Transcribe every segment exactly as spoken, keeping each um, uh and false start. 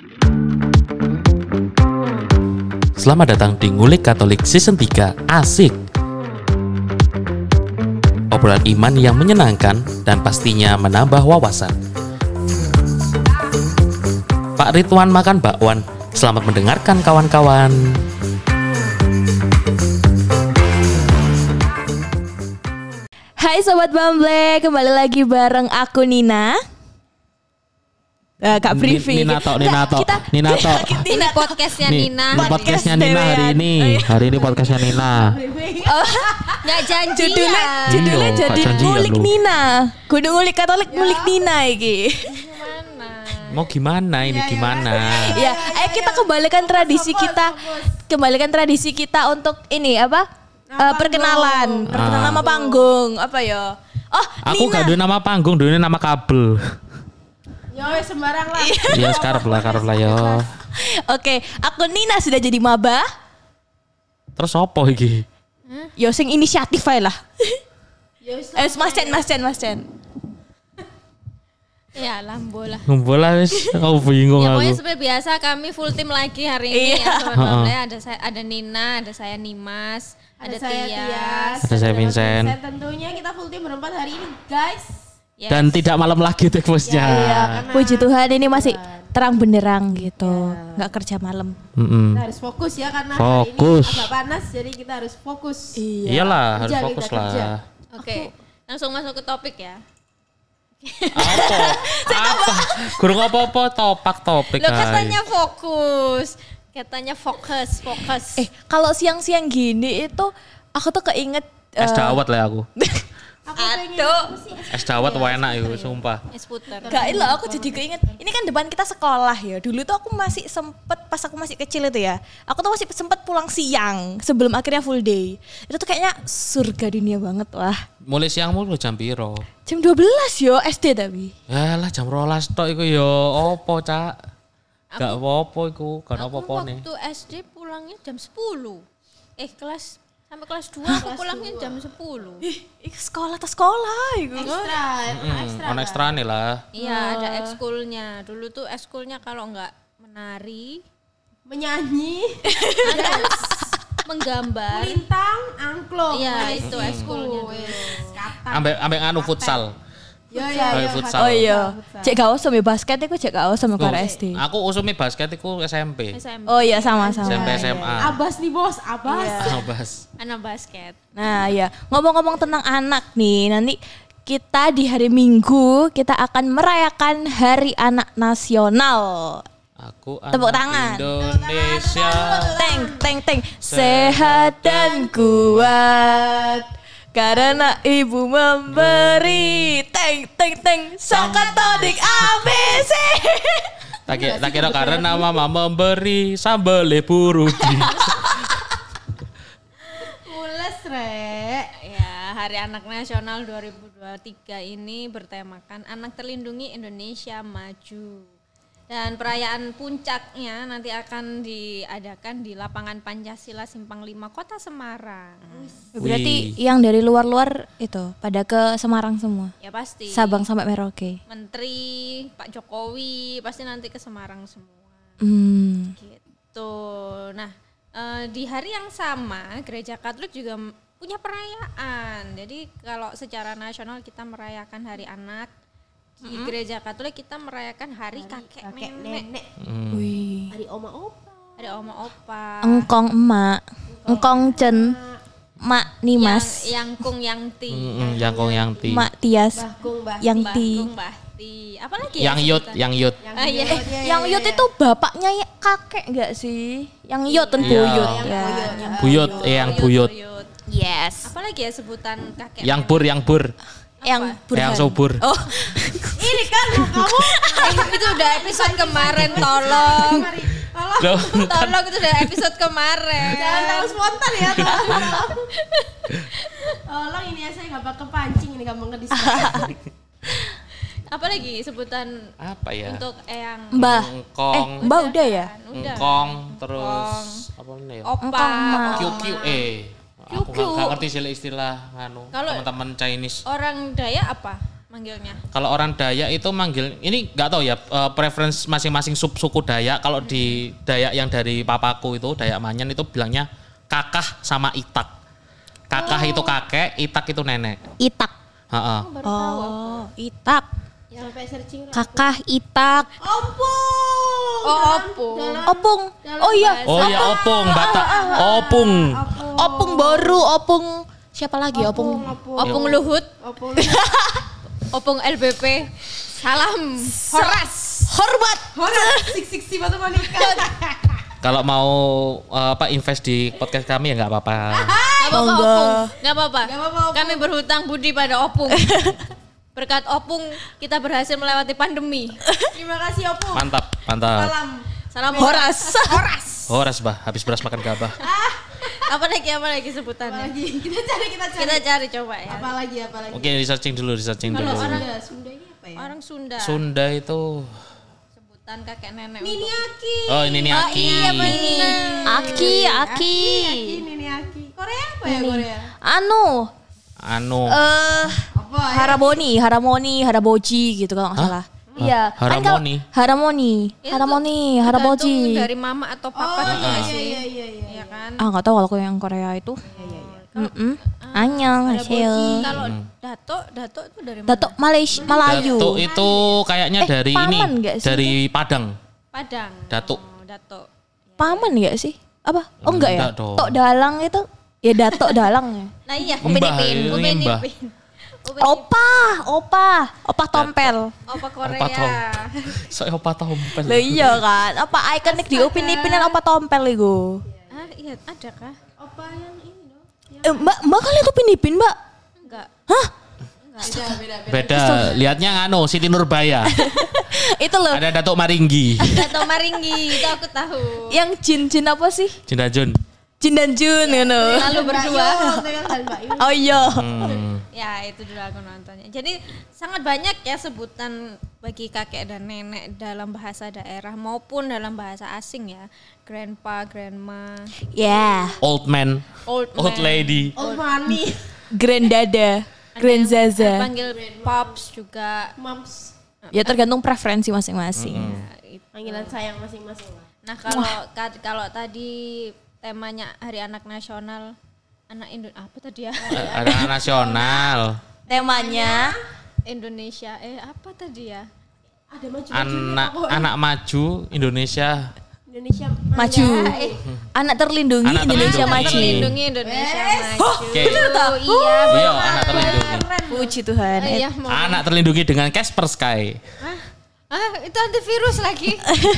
Selamat datang di Ngulik Katolik Season tiga. Asik! Obrolan iman yang menyenangkan dan pastinya menambah wawasan. Pak Ridwan makan bakwan. Selamat mendengarkan kawan-kawan. Hai Sobat Bumble, kembali lagi bareng aku Nina. Uh, Kak Briefing. Nina tok, Nina tok, Nina tok. Ini podcastnya Nina. Ini podcastnya Nina hari ini. Hari ini podcastnya Nina. Oh, nggak janjian. Judulnya, judulnya Iya, jadi Kak janjian Ngulik lu. Nina. Kudu ngulik Katolik, ngulik Nina iki. Gimana? Mau gimana ini gimana? Ya, ayo kita kembalikan tradisi kita, kembalikan tradisi kita untuk ini apa? Eh, perkenalan, perkenalan nama panggung apa ya? Oh, Aku Nina. gak ada nama panggung, dulu nama kabel. Yo sembarang lah. Ya sekarang lah, karep lah yo. Oke, aku Nina sudah jadi maba. Terus apa iki? Yo sing inisiatif ae lah. Yo Eh, Mas Cen, Mas Cen, Mas Cen. Ya lambo lah. Ngumpul lah wis, aku bingung Ya pokoknya aku. seperti biasa kami full tim lagi hari ini. Iya. Ya, Sobat Bumble. Ada saya, ada Nina, ada saya Nimas, ada, Ada saya Tias. Tias, Ada saya Vincent. Tentunya kita full tim berempat hari ini, guys. Yes. Dan tidak malam lagi take post-nya. Iya, puji Tuhan ini masih terang benderang gitu, nggak kerja malam. Mm-mm. Kita harus fokus ya karena Fokus. hari ini agak panas, jadi kita harus fokus. Iyalah, harus Kerja, fokus kita kerja. lah. Oke, langsung masuk ke topik ya. Apa? Apa? Kurang apa-apa topak topik Lo ae. katanya fokus. Katanya fokus, fokus. Eh, kalau siang-siang gini itu aku tuh keinget Es eh, dawet lah aku. Aku pengen Aduh. Es dawet enak itu, sumpah. Es puter. Gak ilah, aku jadi keinget. Ini kan depan kita sekolah ya. Dulu tuh aku masih sempet pas aku masih kecil itu ya. Aku tuh masih sempet pulang siang sebelum akhirnya full day. Itu tuh kayaknya surga dunia banget wah. Mulai siang mulu jam piro? Jam dua belas yo S D tapi. Yalah jam rolas tok iku yo opo, Cak? Gak apa-apa iku, gak Aku apa-apa nih. waktu S D pulangnya jam sepuluh. Eh kelas sampai kelas dua aku pulangnya jam sepuluh. Ih, ih, sekolah tas sekolah iku. Ekstra, emang ekstra. On ekstra nih lah. Iya ada ekskulnya. Dulu tuh ekskulnya kalau nggak menari, Menyanyi, menggambar. lintang, angklung. Iya Wes, itu ekskulnya dulu. Kata. Ambek ambek anu futsal. Yo yo Kayak yo. futsal. Oh iya. Cek gak usum ya basket itu cek gak usum karo S D. Aku usumi basket iku S M P. S M P. Oh iya sama-sama. S M P S M A. Abas nih bos, abas. Abas. Anak basket. Nah ya, ngomong-ngomong tentang anak nih, nanti kita di hari Minggu kita akan merayakan Hari Anak Nasional. Aku Tepuk anak tangan. Indonesia. Teng, teng, teng, sehat dan kuat. Karena ibu memberi. Teng, teng, teng, sang Katolik A B C. Tak kira, tak kira karena mama memberi sambal burudi. Mules rek. Ya, Hari Anak Nasional dua ribu dua puluh tiga ini bertemakan Anak Terlindungi Indonesia Maju. Dan perayaan puncaknya nanti akan diadakan di lapangan Pancasila Simpang lima Kota Semarang. Berarti yang dari luar-luar itu pada ke Semarang semua. Ya pasti. Sabang sampai Merauke. Menteri, Pak Jokowi pasti nanti ke Semarang semua. Hmm. Gitu. Nah, eh, di hari yang sama Gereja Katolik juga m- punya perayaan. Jadi kalau secara nasional kita merayakan Hari Anak, di Gereja Katolik kita merayakan Hari, Kakek, Kakek Nenek, nenek, Wih. hari oma opa. Hari Oma Opa. Engkong emak, engkong cen, mak yang nimas, yang kung yang ti. Mm, yang kong yang ti. mak tias, Bahkung bah. yang Mbah ti. Kung, Mbah Ti. Apalagi ya Yang yut, sebutan? yang yut. Ah, iya. Yang yut itu bapaknya ya kakek enggak sih? Yang yut kan Iya. buyut Yang ya. buyut. Yang- Buyut, eh yang buyut. Yes. Apalagi ya sebutan kakek? Yang bur, yang bur. Yang burhan. Yang subur. Oh, Ini kan kamu Eh, itu udah episode kemarin, tolong. Loh, Tolong itu udah episode kemarin. jangan terlalu spontan ya. Tolong. Tolong ini ya saya nggak pakai pancing ini gampang ke distraksi. Apalagi sebutan apa ya? untuk yang Mbah. Engkong. Eh, Mbah udah ya? udah. Engkong terus apa ini ya? Opa. Engkong, emak. Q Q E. Aku nggak nggak ngerti sih istilah anu Kalau- teman-teman Chinese. Orang Dayak apa? manggilnya? Kalau orang Dayak itu manggil, ini nggak tahu ya uh, preference masing-masing sub suku Dayak. Kalau di Dayak yang dari papaku itu Dayak Manyan itu bilangnya kakah sama itak. Kakah Oh. itu kakek, itak itu nenek. Itak. Heeh. Baru tahu aku. Oh, itak. Sampai searching. Kakah itak. Opung. Oh, Dalam- opung. dalam- Opung. Oh iya. Oh iya opung, Batak. Opung. Opung baru, opung siapa lagi opung? Opung. Opung Luhut, Opung. Opung L B P. Salam. Horas. Hormat. Horas. Sik sik si batu manika. Kalau mau uh, apa invest di podcast kami ya nggak apa-apa. Gak apa-apa Enggak. Opung. Gak apa-apa. Nggak apa-apa, Opung. Kami berhutang budi pada Opung. Berkat Opung kita berhasil melewati pandemi. Terima kasih Opung. Mantap, mantap. Salam. Salam Horas. Horas. Horas bah, habis beras makan gabah. Apa lagi apa lagi Apa sebutannya? lagi? Kita cari kita cari. Kita cari coba ya. Apa lagi apa lagi? Oke, di searching dulu, di searching dulu. Kalau orang- Sunda, Sunda ini apa ya? Orang Sunda. Sunda itu, Sebutan kakek nenek. Nini untuk- Aki. oh ini nih Aki. Iya benar. Aki, Aki. Aki, Nini Aki. Korea apa ya Korea? Anu, Anu, eh Apa ya? Haramoni, Haramoni, Haraboji gitu kalau nggak salah. Iya. Ha- Kan kalau- Haramoni? Haramoni, Itu Haramoni, tergantung Haraboji. dari mama atau papa Oh gitu iya nggak iya sih? iya iya iya. Iya kan? Ah nggak tahu kalau yang Korea itu. Mm-mm. Anyang, hasil. Kalau Dato, Dato itu dari mana? Datuk Malaysia, Melayu. Datuk itu kayaknya Eh, dari ini, paman nggak sih dari Padang. Padang. Datuk. Oh, Dato. Paman nggak sih? Apa? Oh enggak ya? Enggak dong. Tok Dalang itu ya Datuk Dalang ya. Nah iya, Mbah, Upin Ipin, ini Upin mbah. Ipin. Upin Opa, opa, opa tompel. Opa Korea. Opa tom. Saya opa tompel. Lah iya kan, apa ikonik di Upin Ipin dan opa tompel itu. Ah iya, ada kah? Opa yang ini dong. Eh, mbak, mbak kalian Upin Ipin mbak? Enggak. Hah? Beda beda beda. Beda, lihatnya nganu Siti Nurbaya. Itu loh, Ada Datuk Maringgi. Dato Maringgi, itu aku tahu. yang jin-jin apa sih? Cinta Jun. Jin dan Jun gitu. Lalu Mbak berdua. Yul, dengan dan Mbak Yul. Oh iya. Hmm. Ya itu dulu aku nontonnya. Jadi sangat banyak ya sebutan bagi kakek dan nenek dalam bahasa daerah maupun dalam bahasa asing ya. Grandpa, grandma, Ya, Old man, old man. old lady. Old money. Granddada, Grandzaza. Panggil pops juga. Moms. Ya tergantung preferensi masing-masing. Nah, itu. Panggilan sayang masing-masing lah. Nah kalau ka- kalau tadi temanya Hari Anak Nasional, anak Indo apa tadi ya? Ada nasional. Temanya Indonesia, eh apa tadi ya? Ada maju Anak anak maju Indonesia. Indonesia maju. Eh, Anak terlindungi Anak Indonesia terlindungi. maju. Melindungi Indonesia maju. Oke. Oh, iya. Iya, anak terlindungi. Puji Tuhan. Eh, iya, mau. Anak terlindungi dengan Casper Sky. Ah, ah, itu antivirus lagi.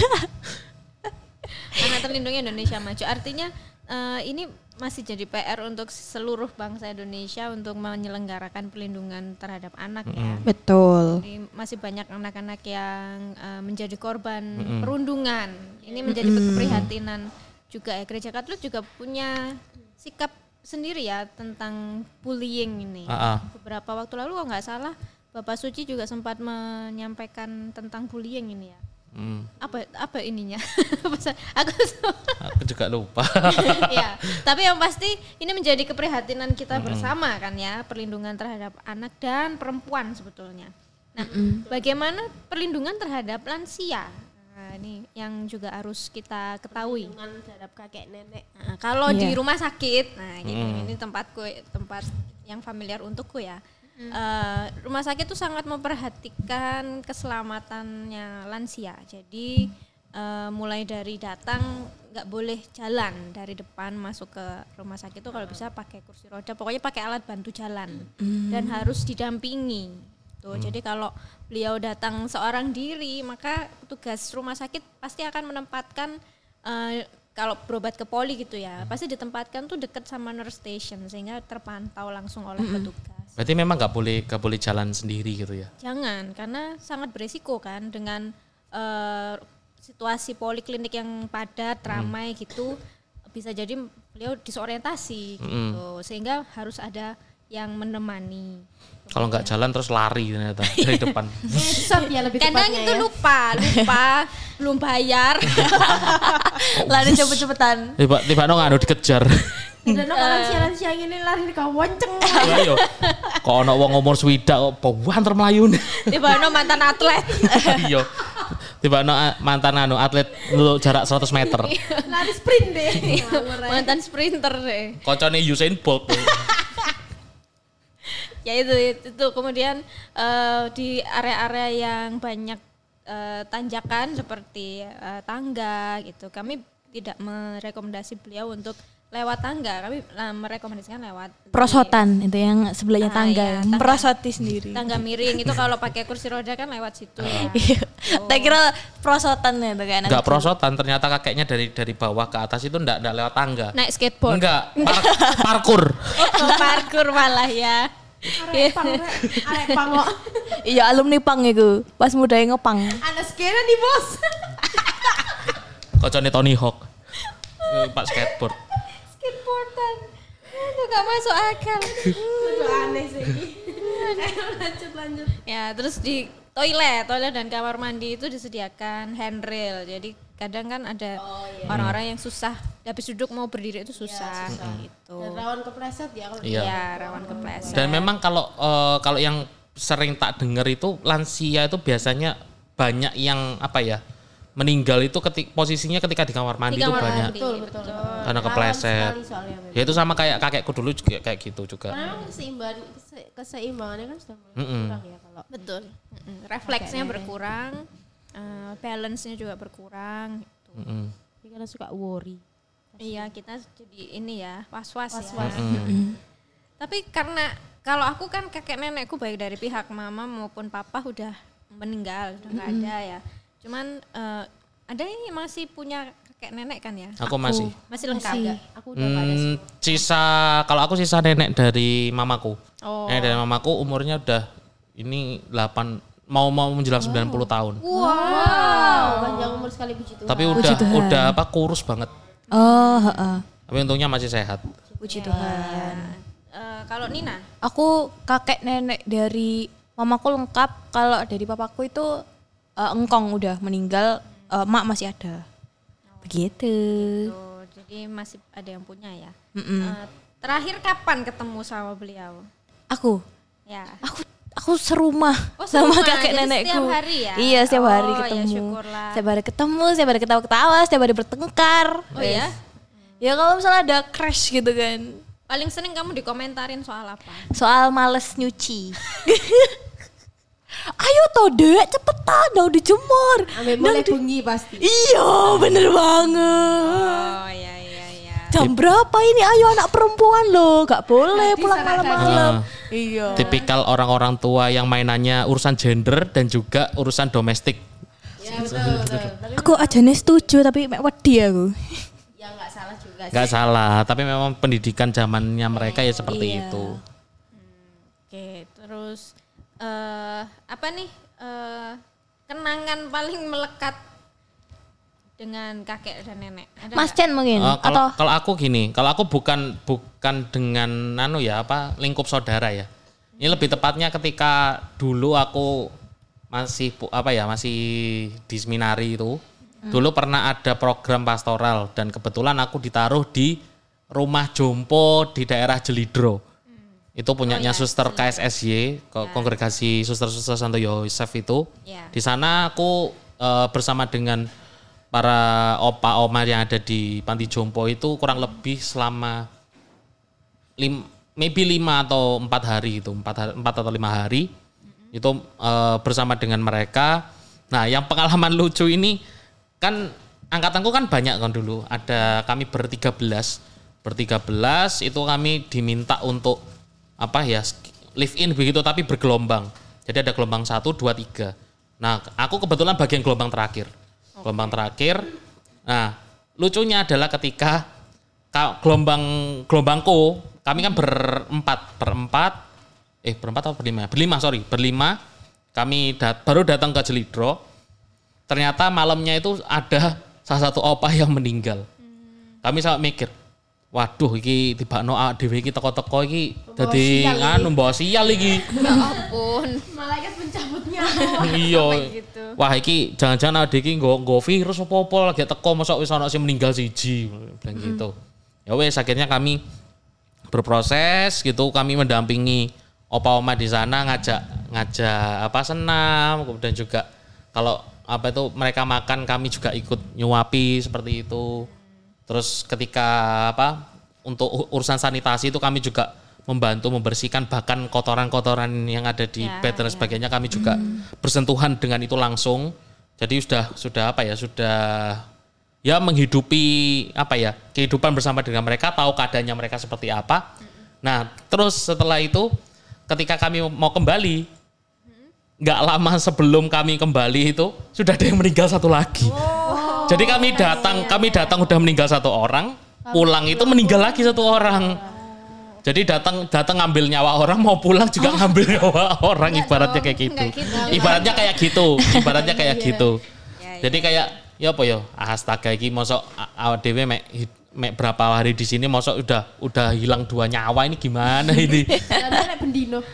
Anak terlindungi Indonesia maju. Artinya eh, ini masih jadi P R untuk seluruh bangsa Indonesia untuk menyelenggarakan pelindungan terhadap anak ya. Betul. Jadi masih banyak anak-anak yang eh, menjadi korban perundungan. Ini menjadi keprihatinan juga ya. Gereja Katolik juga punya sikap sendiri ya tentang bullying ini. Ah, ah. Beberapa waktu lalu kalau nggak salah Bapak Suci juga sempat menyampaikan tentang bullying ini ya. Hmm, Apa apa ininya? Bahasa- Aku aku juga lupa. ya, tapi yang pasti ini menjadi keprihatinan kita bersama kan ya, perlindungan terhadap anak dan perempuan sebetulnya. Nah, bagaimana perlindungan terhadap lansia? Nah, ini yang juga harus kita ketahui. dengan terhadap kakek nenek. Nah, kalau di Iya. rumah sakit, nah gitu, ini tempatku, tempat yang familiar untukku ya. Eh, rumah sakit itu sangat memperhatikan keselamatannya lansia. Jadi eh, mulai dari datang nggak boleh jalan dari depan masuk ke rumah sakit itu kalau bisa pakai kursi roda, pokoknya pakai alat bantu jalan dan harus didampingi. Tuh, jadi kalau beliau datang seorang diri, maka petugas rumah sakit pasti akan menempatkan eh, kalau berobat ke poli gitu ya, pasti ditempatkan tuh dekat sama nurse station sehingga terpantau langsung oleh petugas. Berarti memang nggak boleh nggak boleh jalan sendiri gitu ya? Jangan, karena sangat beresiko kan dengan eh, situasi poliklinik yang padat, ramai gitu, bisa jadi beliau disorientasi gitu, sehingga harus ada yang menemani. Kalau nggak jalan terus lari ternyata dari depan. Headshot ya lebih Kadang tepatnya itu ya. lupa, lupa, belum bayar. Lari cepet-cepetan. Tiba tiba no nganu dikejar. Dan orang lansia-lansia ini lari ke wonceng. Lah yo. Kok ono wong umur swidak kok banter mlayu. Tiba no mantan atlet. Iya. Tiba ono mantan anu atlet lu jarak seratus meter. Lari sprint deh. Mantan sprinter deh. Kocone Usain Bolt. Ya itu itu, itu. Kemudian eh, di area-area yang banyak eh, tanjakan seperti eh, tangga gitu. Kami tidak merekomendasi beliau untuk lewat tangga, kami uh, merekomendasikan lewat Prosotan itu yang sebelahnya Ah, tangga, iya, tangga. merosoti sendiri. tangga miring itu kalau pakai kursi roda kan lewat situ ya. Iya. Tak kira prosotan itu kan. Enggak prosotan, ternyata kakeknya dari dari bawah ke atas itu enggak enggak lewat tangga. Naik skateboard. Enggak, par- parkur. Oh, parkur malah ya. Arek pang, arek pang kok. Iya alumni pang itu, pas muda ngepang. Ada skena nih bos. Kocone Tony Hawk. Eh, Pak skateboard. Skateboardan. Itu gak masuk akal. Itu aneh sih. Ayo lanjut lanjut. Ya, terus di toilet, toilet dan kamar mandi itu disediakan handrail. Jadi kadang kan ada orang-orang yang susah habis duduk mau berdiri itu susah, gitu. Dan rawan kepleset ya kalau Iya. Ya, rawan kepleset. Dan memang kalau eh, kalau yang sering tak dengar itu lansia itu biasanya banyak yang apa ya? Meninggal itu ketik posisinya ketika di kamar mandi Di itu kamar banyak mandi. betul betul. karena kepleset. Sekali soalnya memang. Ya itu sama kayak kakekku dulu juga kayak gitu juga. Karena memang keseimbangan kese- keseimbangannya kan sudah mulai Mm-mm. kurang ya kalau Betul. Mm-mm. Refleksnya berkurang, eh, balance-nya juga berkurang. Gitu. Mm-mm. Jadi karena suka worry. Iya, kita jadi ini ya, was-was, ya. Mm-mm. Tapi karena kalau aku kan kakek nenekku baik dari pihak mama maupun papa udah meninggal, udah nggak ada ya. Cuman eh, ada ini masih punya kakek nenek kan ya? Aku masih. Masih lengkap. Masih. Aku udah nggak ada sih. Hmm, sisa kalau aku sisa nenek dari mamaku. Oh. Nenek dari mamaku umurnya udah ini delapan mau mau menjelang sembilan puluh tahun. Wow, panjang umur sekali puji Tuhan. Tapi udah udah apa kurus banget. Oh, heeh. Tapi untungnya masih sehat. Puji Tuhan. Eh, kalau Nina, Aku kakek nenek dari mamaku lengkap, kalau dari papaku itu eh, engkong udah meninggal, eh, mak masih ada. Begitu. tuh, jadi masih ada yang punya ya. Mm-mm. Eh, terakhir kapan ketemu sama beliau? Aku, Ya. aku aku serumah Oh, sama serumah. kakek Jadi nenekku. setiap hari ya? Iya, setiap hari Oh, ya ketemu. syukurlah. Setiap hari ketemu, setiap hari ketawa-ketawa, setiap hari bertengkar. Oh ya? Ya kalau misalnya ada crash gitu kan. Paling sering kamu dikomentarin soal apa? Soal males nyuci. Ayo toh dek, cepetan udah dijemur. Ambil mulai bengi pasti. Iya, bener banget. Oh ya ya ya. Jam berapa ini? Ayo anak perempuan loh, gak boleh Nanti pulang salah malam-malam. Ah. Iya. Tipikal orang-orang tua yang mainannya urusan gender dan juga urusan domestik. Ya betul betul. Tapi Aku aja nih setuju tapi mek wedi aku. ya nggak salah juga sih. Nggak salah, tapi memang pendidikan zamannya mereka ya seperti Iya. itu. Oke, terus eh apa nih eh kenangan paling melekat dengan kakek dan nenek? Ada Mas nggak? Chen mungkin Eh, kalau atau kalau aku gini, kalau aku bukan bukan dengan anu ya apa lingkup saudara ya. Ini lebih tepatnya ketika dulu aku masih pu- apa ya masih di seminari itu. Dulu pernah ada program pastoral dan kebetulan aku ditaruh di rumah jompo di daerah Jelidro. Itu punyanya Suster K S S Y, Ko- Kongregasi Suster-Suster Santo Yosef itu. Ya. Di sana aku eh, bersama dengan para opa-oma yang ada di panti jompo itu kurang lebih selama lim, maybe lima atau empat hari itu, empat, hari, empat atau lima hari itu eh, bersama dengan mereka. Nah, yang pengalaman lucu ini kan angkatanku kan banyak kan dulu. Ada kami bertiga belas, bertiga belas itu kami diminta untuk apa ya live in begitu tapi bergelombang. Jadi ada gelombang satu, dua, tiga. Nah, aku kebetulan bagian gelombang terakhir. Gelombang terakhir. Nah, lucunya adalah ketika ka- gelombang gelombangku, kami kan berempat, berempat, eh berempat atau berlima? Berlima, sorry, berlima. Kami dat- baru datang ke Jelidro. Ternyata malamnya itu ada salah satu opah yang meninggal. Kami sangat mikir, waduh, iki tibakno awak dhewe iki teko-teko iki dadi sial iki. anu mbawa sial iki. Ya ampun. Malaikat pencabut nyawa. Iya. gitu. Wah, iki jangan-jangan awak iki nggo nggo virus apa-apa lagi teko mosok wis ana sing meninggal siji bilang gitu. Ya wes akhirnya kami berproses gitu, kami mendampingi opa oma di sana, ngajak ngajak apa senam, kemudian juga kalau apa itu mereka makan kami juga ikut nyuapi seperti itu. Terus ketika apa untuk urusan sanitasi itu kami juga membantu membersihkan bahkan kotoran-kotoran yang ada di Ya, bed dan ya. sebagainya kami juga bersentuhan dengan itu langsung. Jadi sudah sudah apa ya sudah ya menghidupi apa ya kehidupan bersama dengan mereka, tahu keadaannya mereka seperti apa. Nah terus setelah itu ketika kami mau kembali nggak lama sebelum kami kembali itu sudah ada yang meninggal satu lagi. Jadi kami datang kami datang udah meninggal satu orang, pulang itu meninggal lagi satu orang. Jadi datang datang ngambil nyawa orang, mau pulang juga ngambil nyawa orang, ibaratnya kayak gitu. Enggak gitu. Ibaratnya kayak gitu, ibaratnya kayak gitu. Ya, Jadi kayak ya apa ya, astaga iki mosok awak dhewe mek mek berapa hari di sini mosok udah udah hilang dua nyawa, ini gimana ini? Karena nek bendino.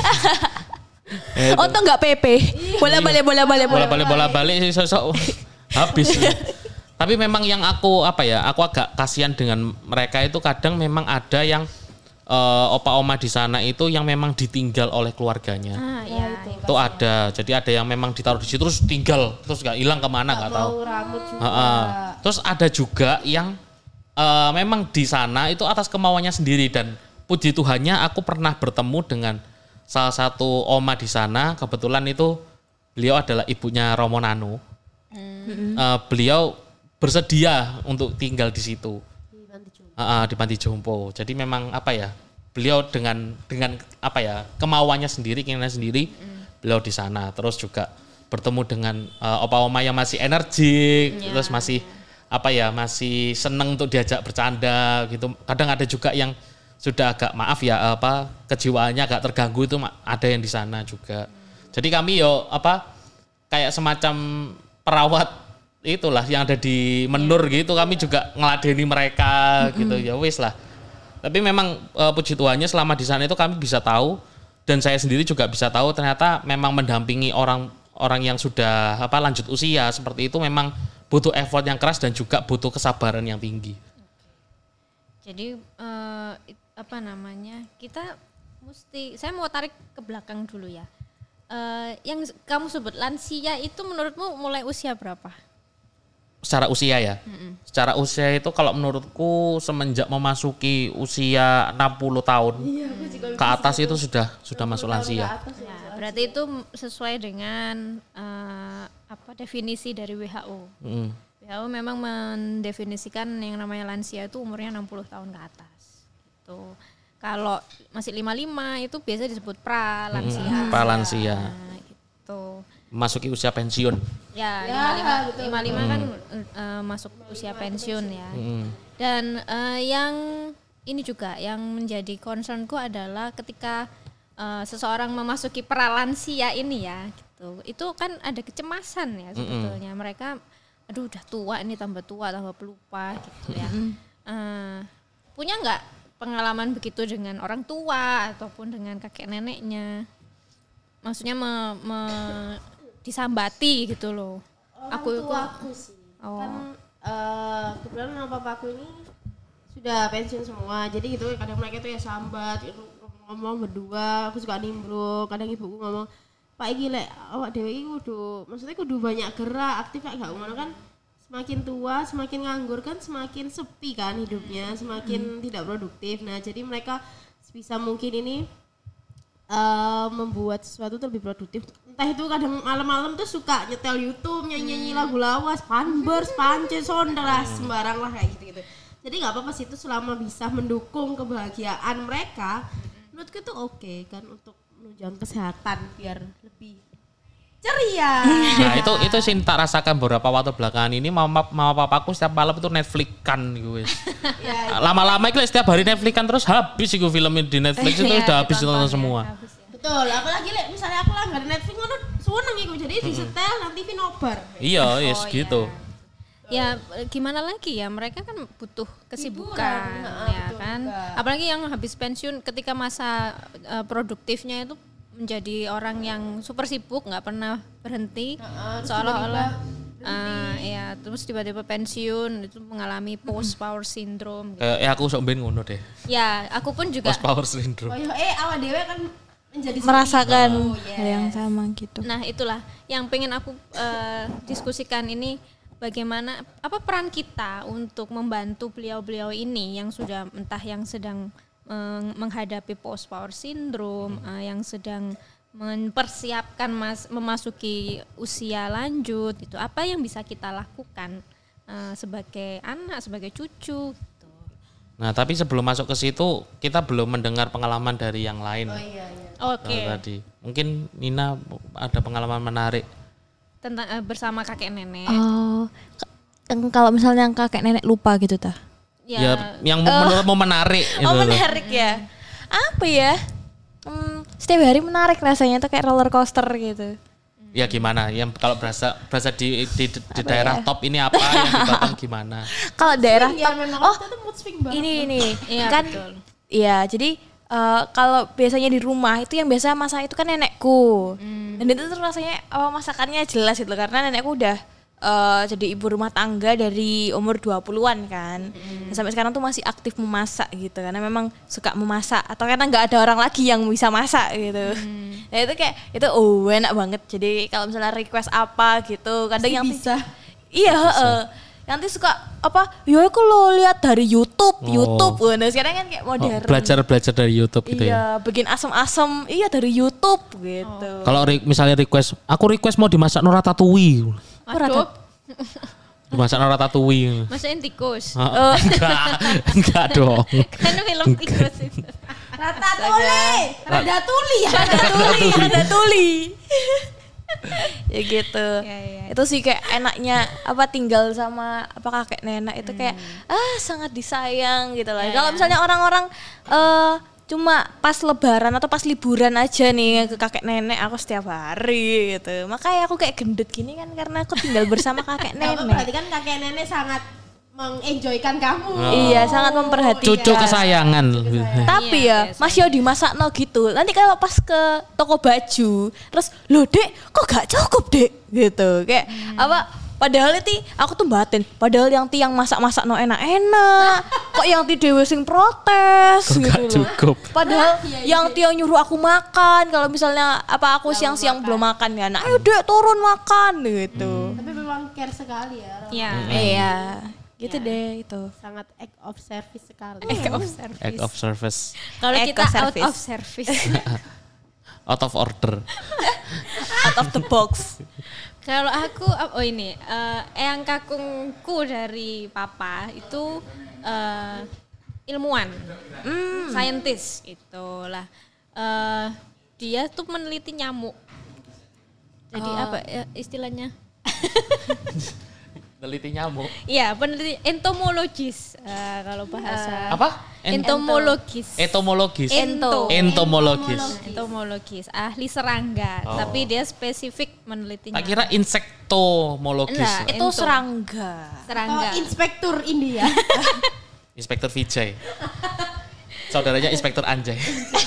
Eh, Oh tuh nggak P P. Bola balik bola balik bola. bola-balik bola-balik sih sosok habis. Tapi memang yang aku apa ya, aku agak kasihan dengan mereka itu kadang memang ada yang uh, opa oma di sana itu yang memang ditinggal oleh keluarganya. Ah, ya. Itu ada, jadi ada yang memang ditaruh di situ terus tinggal, terus nggak hilang kemana nggak tahu. Mau rambut juga. Heeh. Terus ada juga yang uh, memang di sana itu atas kemauannya sendiri dan puji Tuhannya aku pernah bertemu dengan salah satu oma di sana, kebetulan itu beliau adalah ibunya Romo Nano. Hmm. Uh, beliau bersedia untuk tinggal di situ. Uh, di Panti Jompo. Jadi memang apa ya? Beliau dengan dengan apa ya? Kemauannya sendiri, keinginannya sendiri, mm. beliau di sana. Terus juga bertemu dengan uh, opa oma yang masih energik, Yeah. terus masih apa ya? Masih seneng untuk diajak bercanda gitu. Kadang ada juga yang sudah agak maaf ya apa kejiwaannya agak terganggu itu ada yang di sana juga. Mm. Jadi kami yo apa kayak semacam perawat itulah yang ada di Menur gitu, kami juga ngeladeni mereka gitu ya wis lah. Tapi memang uh, puji Tuhannya selama di sana itu kami bisa tahu dan saya sendiri juga bisa tahu ternyata memang mendampingi orang orang yang sudah apa lanjut usia seperti itu memang butuh effort yang keras dan juga butuh kesabaran yang tinggi. Jadi eh, it- apa namanya? Kita mesti saya mau tarik ke belakang dulu ya. Eh, yang kamu sebut lansia itu menurutmu mulai usia berapa? Secara usia ya. Secara usia itu kalau menurutku semenjak memasuki usia enam puluh tahun ke atas itu sudah sudah masuk lansia. Ya, berarti itu sesuai dengan eh, apa definisi dari W H O. Mm. W H O memang mendefinisikan yang namanya lansia itu umurnya enam puluh tahun ke atas. Gitu. Kalau masih lima puluh lima itu biasa disebut pra lansia. Mm, pralansia. Nah, gitu. Memasuki usia pensiun. Ya, Ya, lima betul. puluh lima kan eh, masuk usia pensiun ya. Mm. Dan eh, yang ini juga yang menjadi concernku adalah ketika eh, seseorang memasuki pralansia ini ya, gitu. Itu kan ada kecemasan ya sebetulnya. Mereka aduh udah tua ini tambah tua tambah pelupa gitu ya. Eh, punya nggak pengalaman begitu dengan orang tua ataupun dengan kakek neneknya? Maksudnya me- me- disambati gitu loh. Orang Aku itu tua aku sih. Oh. Kan eh, kebetulan mama papaku ini sudah pensiun semua. Jadi gitu kadang mereka itu ya sambat, gitu, ngomong berdua, aku suka nimbrung. Kadang ibuku ngomong, "Pak iki lek awak dhewe iki kudu maksudnya kudu banyak gerak, aktif kayak gak ngono kan." Semakin tua, semakin nganggur kan semakin sepi kan hidupnya, semakin tidak produktif. Nah, jadi mereka sebisa mungkin ini eh, membuat sesuatu tuh lebih produktif. Entah itu kadang malam-malam tuh suka nyetel YouTube, nyanyi-nyanyi lagu lawas, panbers, pance, sondel lah, sembarang lah kayak gitu-gitu. Jadi nggak apa-apa sih itu selama bisa mendukung kebahagiaan mereka, menurutku itu oke kan untuk menunjang kesehatan biar lebih ceria. Nah itu itu sih tak rasakan beberapa waktu belakangan ini mama mama papaku setiap malam itu Netflix kan gitu wis. Ya, Lama-lama itu setiap hari Netflix kan terus habis iku film di Netflix itu Iya, udah habis ditonton ditonton ya, semua. habis ya. betul. Apalagi lek misalnya aku langganan Netflix ngono seneng iku jadi disetel nanti T V nobar. Iya, yes Oh, gitu. Ya gimana lagi ya, mereka kan butuh kesibukan Hiburan, nah, ya betul kan. juga. Apalagi yang habis pensiun ketika masa eh, produktifnya itu menjadi orang yang super sibuk, nggak pernah berhenti, Heeh, terus seolah-olah tiba-tiba Uh, ya terus tiba-tiba pensiun itu mengalami post power syndrome gitu. Kayak eh, aku sok ben ngono deh. Ya aku pun juga Post power syndrome. Oh iya, eh awak dewe kan menjadi Merasakan seperti itu. hal yang sama gitu. Nah itulah yang pengen aku uh, diskusikan ini, bagaimana apa peran kita untuk membantu beliau-beliau ini yang sudah entah yang sedang uh, menghadapi post power syndrome, uh, yang sedang mempersiapkan mas, memasuki usia lanjut itu, apa yang bisa kita lakukan uh, sebagai anak, sebagai cucu gitu. Nah, tapi sebelum masuk ke situ kita belum mendengar pengalaman dari yang lain. Oh iya iya. Oke. Nah, tadi mungkin Nina ada pengalaman menarik. Tentang uh, bersama kakek nenek. Oh, k- kalau misalnya kakek nenek lupa gitu tah? Ya, yang menurutmu menarik. Oh, gitu loh. menarik ya. Apa ya? Hmm, setiap hari menarik rasanya tuh kayak roller coaster gitu. Ya gimana? Yang kalau berasa berasa di di, di daerah ya? top ini apa yang di bottom gimana? Kalau daerah Ya top, memang oh waktu itu mood swing banget. ini ini Iya, kan, betul. iya jadi eh, kalau biasanya di rumah itu yang biasa masak itu kan nenekku, dan itu tuh rasanya oh, masakannya jelas gitu karena nenekku udah eh, jadi ibu rumah tangga dari umur dua puluhan kan. Dan sampai sekarang tuh masih aktif memasak gitu karena memang suka memasak atau karena nggak ada orang lagi yang bisa masak gitu. Nah itu kayak itu oh enak banget. Jadi kalau misalnya request apa gitu kadang yang bisa. iya heeh. Nanti suka apa ya aku lo lihat dari YouTube Oh. YouTube. Nah sekarang kan kayak Oh, modern. belajar belajar dari YouTube gitu Iya, ya. bikin asem-asem iya dari YouTube gitu. Kalau re- misalnya request, aku request mau dimasak no ratatouille. Aduh, Dimasak no ratatouille. masain tikus. Oh, enggak, enggak dong. Kan film tikus itu. Ratatouille, ratatouille ya. Ratatouille, ratatouille. Ya gitu. Ya, ya. Itu sih kayak enaknya apa tinggal sama apa kakek nenek itu kayak ah sangat disayang gitu lah. Ya, Kalau ya. misalnya orang-orang eh cuma pas lebaran atau pas liburan aja nih ke kakek nenek aku setiap hari gitu. Makanya aku kayak gendut gini kan karena aku tinggal bersama kakek Nah, nenek. berarti kan kakek nenek sangat mengenjoykan kamu. Iya, sangat memperhatikan. Cucu kesayangan. Tapi Iya, ya, iya, masih dimasak no gitu. Nanti kalau pas ke toko baju, terus loh dek, kok gak cukup dek? Gitu, kayak apa? Padahal itu aku tuh batin. Padahal yang tiang masak-masak no enak-enak. Kok yang ti dewe sing protes Kok gitu gak loh. cukup? Padahal yang tiang nyuruh aku makan. Kalau misalnya apa aku siang-siang belum makan ya, nah ayo dek turun makan gitu. Tapi memang care sekali ya. orang. Iya. Iya, gitu deh itu. Sangat act of service sekali. Act of service. Act of service. Kalau Act kita of out service. of service. Out of order. Out of the box. Kalau aku oh ini eh, eyang kakungku dari papa itu eh, ilmuwan, saintis itulah. Eh, dia tuh meneliti nyamuk. Jadi apa ya, istilahnya? Neliti nyamuk. Iya, peneliti entomologis eh, kalau bahasa. Apa? En- Entomologis. Entomologis. Ento. Entomologis. Entomologis, ahli serangga, Oh. tapi dia spesifik meneliti Tak nyamuk. kira insektomologis. Enggak. Itu Ento. serangga. serangga. Oh, inspektur India. Inspektur Vijay. Saudaranya Inspektur Anjay.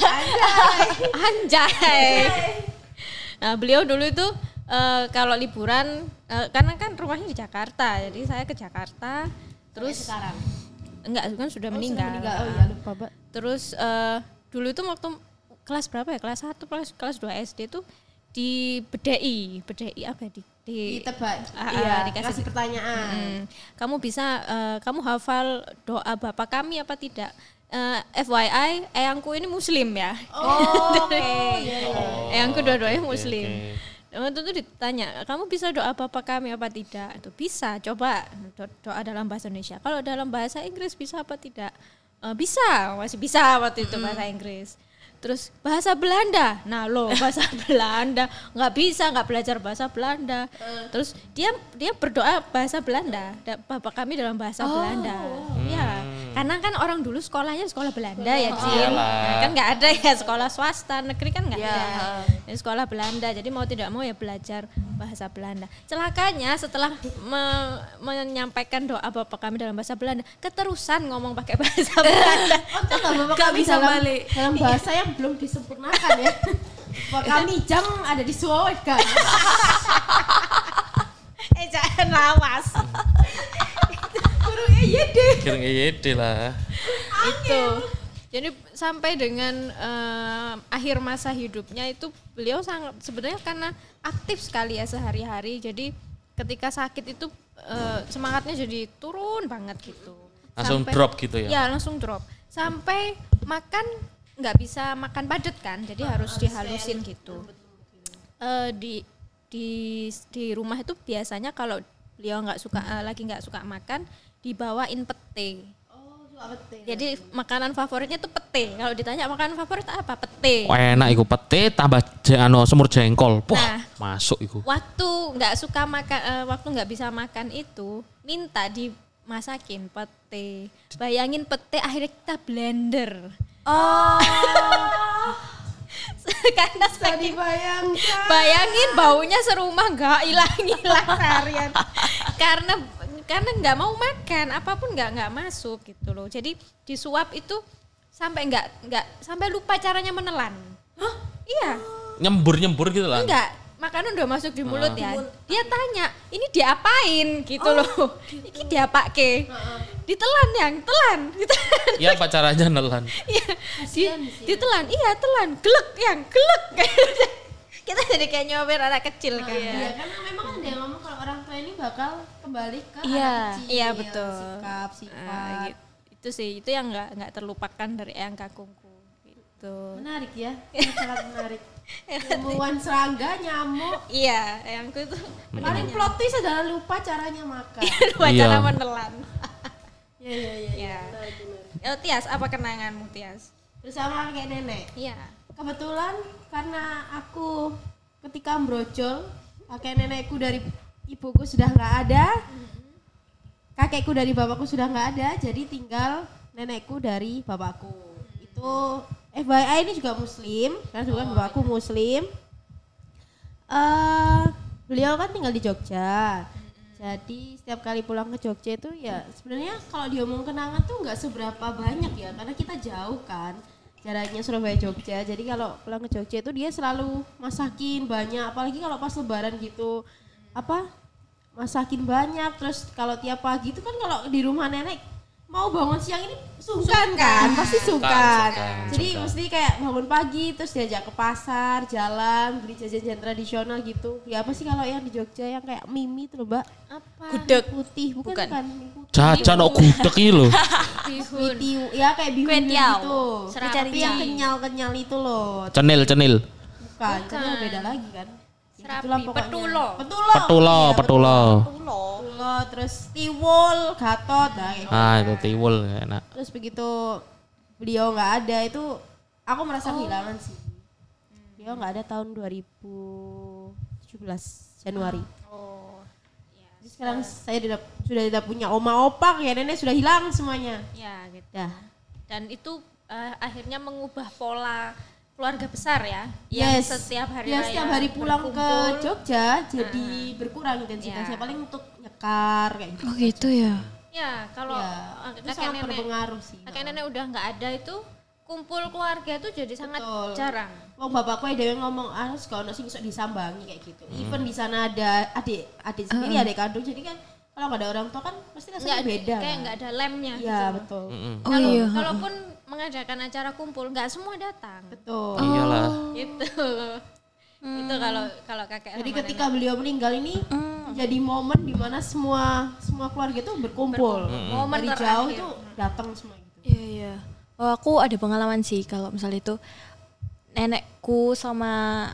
Anjay. Nah, beliau dulu itu eh, kalau liburan eh, karena kan rumahnya di Jakarta, jadi saya ke Jakarta terus sekarang. enggak kan sudah Oh, meninggal. sudah meninggal. Oh iya lupa, Mbak. Terus eh, dulu itu waktu kelas berapa ya? Kelas satu, kelas kelas dua S D itu di B D I, B D I apa ya? di di Ditebak. Ah, ah, Iya, dikasih- dikasih pertanyaan. Hmm, kamu bisa eh, kamu hafal doa Bapak kami apa tidak? Eh, F Y I, eyangku ini muslim ya. Oh, oke. Iya, iya. Eyangku dua-duanya muslim. oke. Waktu itu ditanya, kamu bisa doa Bapak kami apa tidak? Itu bisa, coba do- doa dalam bahasa Indonesia. Kalau dalam bahasa Inggris bisa apa tidak? Eh, bisa, masih bisa waktu itu bahasa Inggris. Terus bahasa Belanda, nah lo bahasa Belanda nggak bisa, nggak belajar bahasa Belanda. Terus dia dia berdoa bahasa Belanda, da- Bapak kami dalam bahasa Belanda. Ya, karena kan orang dulu sekolahnya sekolah Belanda ya, Cin. Iyalah. Nah, kan nggak ada ya sekolah swasta, negeri kan nggak Iya. ada. Jadi sekolah Belanda, jadi mau tidak mau ya belajar bahasa Belanda. Celakanya setelah me- menyampaikan doa Bapak kami dalam bahasa Belanda, keterusan ngomong pakai bahasa Belanda. Oh, itu nggak Bapak Nggak kami bisa dalam, balik. dalam bahasa yang belum disempurnakan ya. Bapak kami jam ada di Sulawesi kan. Eh jangan lawas. Burung iya deh. Kirim Y D lah. Itu. Jadi sampai dengan eh, akhir masa hidupnya itu beliau sangat sebenarnya karena aktif sekali ya sehari-hari. Jadi ketika sakit itu eh, semangatnya jadi turun banget gitu. Langsung Sampai- drop gitu ya? Ya langsung drop. Sampai makan nggak bisa makan padat kan, jadi harus dihalusin gitu. Eh, di di di rumah itu biasanya kalau beliau nggak suka eh, lagi nggak suka makan, dibawain pete. Oh, suka pete. Jadi makanan favoritnya tuh pete. Kalau ditanya makanan favorit apa? Pete. Oh, enak iku pete tambah je, anu semur jengkol. Wah, Nah. masuk iku. Waktu nggak suka makan, eh, waktu nggak bisa makan itu, minta dimasakin pete. Bayangin pete akhirnya kita blender. Oh. Karena Bisa saking dibayangkan. bayangin baunya serumah nggak hilang-hilang seharian. Karena karena nggak mau makan, apapun nggak nggak masuk gitu loh. Jadi disuap itu sampai nggak nggak sampai lupa caranya menelan. Hah? Iya. Nyembur-nyembur gitu lah. Enggak, makanan udah masuk di mulut ya. Dia tanya, ini diapain gitu loh. Ini diapake. Ditelan yang, telan. Ditelan. Iya pacarannya nelan. Iya. Di- Ditelan, iya telan. Gelek yang, gelek. Kita jadi kayak nyopir anak kecil kan. Iya, karena memang kan ada yang ngomong kalau orang tua ini bakal kembali ke Iya. anak kecil. Iya, betul. Sikap, Nah, sifat. gitu. Itu sih, itu yang nggak nggak terlupakan dari Eyang Kakungku. Gitu. Menarik ya, sangat menarik. Ilmuwan serangga, nyamuk. Iya, Eyangku itu Paling plot twist adalah lupa caranya makan. lupa Iya. cara menelan. Iya, iya, iya. Iya. Menarik, menarik. Oh, Tias, apa kenanganmu Tias? Bersama kakek nenek. Iya. Kebetulan karena aku ketika brojol, kakek nenekku dari ibuku sudah nggak ada, kakekku dari bapakku sudah nggak ada, jadi tinggal nenekku dari bapakku. Itu F Y I ini juga muslim, karena juga bapakku muslim. Eh beliau kan tinggal di Jogja. Jadi setiap kali pulang ke Jogja itu ya sebenarnya kalau diomong kenangan tuh nggak seberapa banyak ya, karena kita jauh kan jaraknya Surabaya Jogja. Jadi kalau pulang ke Jogja itu dia selalu masakin banyak, apalagi kalau pas lebaran gitu apa masakin banyak. Terus kalau tiap pagi itu kan kalau di rumah nenek mau bangun siang ini sungkan kan, pasti sungkan. sungkan, Jadi sungkan. mesti kayak bangun pagi terus diajak ke pasar, jalan, beli jajan-jajan tradisional gitu. Ya apa sih kalau yang di Jogja yang kayak mimi tuh loh, Mbak? Apa? Gudeg. Putih, bukan Bukan. bukan. mie putih. Jajan kok gudeg iki lho. Bihun. Tiu, ya kayak bihun Kue tiaw. gitu. Serapi. Tapi yang kenyal-kenyal itu loh. Cenil, cenil. Bukan, itu beda lagi kan. Ya, Serapi, itulah pokoknya. petulo. Petulo. Petulo, Iya, petulo. Petulo, terus tiwul, gatot, nah, kayak gitu. Ah, itu tiwul enak. Terus begitu beliau nggak ada itu aku merasa kehilangan sih. Beliau nggak ada tahun dua ribu tujuh belas Januari. Oh. Ya, Jadi sekarang saya tidak, sudah tidak punya oma opa, ya nenek sudah hilang semuanya. ya gitu. Dah. Dan itu eh, akhirnya mengubah pola keluarga besar ya. Yes. Yang setiap hari ya, raya setiap hari pulang ke berkumpul. Jogja jadi berkurang intensitasnya Ya. paling untuk nyekar kayak gitu. Oh gitu ya. Ya, kalau Ya, eh, itu kakek sangat nenek berpengaruh sih. kakek nenek udah nggak ada itu kumpul keluarga itu jadi sangat Betul. jarang. Wong bapakku ada yang ngomong ah kalau nasi bisa disambangi kayak gitu. Even di sana ada adik adik sendiri, adik kandung, jadi kan kalau nggak ada orang tua kan pasti rasanya Nggak beda. kayak kan? nggak ada lemnya Iya gitu. betul. Mm-mm. Oh Kalau- iya. Kalaupun mengadakan acara kumpul nggak semua datang. Betul. Iyalah. Gitu. Itu kalau kalau kakek Jadi sama ketika beliau meninggal ini jadi momen di mana semua semua keluarga itu berkumpul. Momen Dari terakhir. jauh itu datang semua gitu. Iya iya. Oh, aku ada pengalaman sih kalau misalnya itu nenekku sama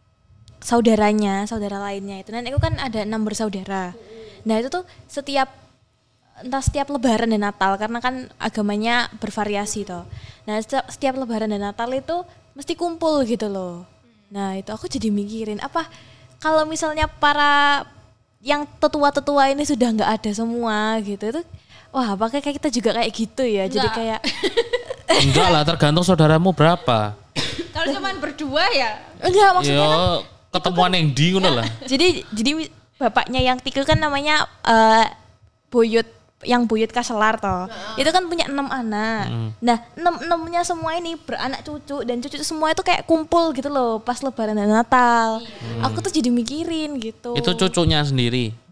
saudaranya, saudara lainnya itu. Nenekku kan ada enam bersaudara. Nah itu tuh setiap entah setiap Lebaran dan Natal karena kan agamanya bervariasi toh. Nah setiap, setiap Lebaran dan Natal itu mesti kumpul gitu loh. Nah itu aku jadi mikirin apa kalau misalnya para yang tetua-tetua ini sudah nggak ada semua gitu itu, wah apakah kayak kita juga kayak gitu ya? Jadi Nggak. kayak Enggak lah, tergantung saudaramu berapa. Kalau cuman berdua ya enggak maksudnya kan, Yo, ketemuan yang di ngono lah. jadi jadi bapaknya yang tiga kan namanya eh, Buyut yang Buyut Kaselar toh. Itu kan punya enam anak. Nah, enam enamnya semua ini beranak cucu dan cucu semua itu kayak kumpul gitu loh pas Lebaran dan Natal. Aku tuh jadi mikirin gitu. Itu cucunya sendiri.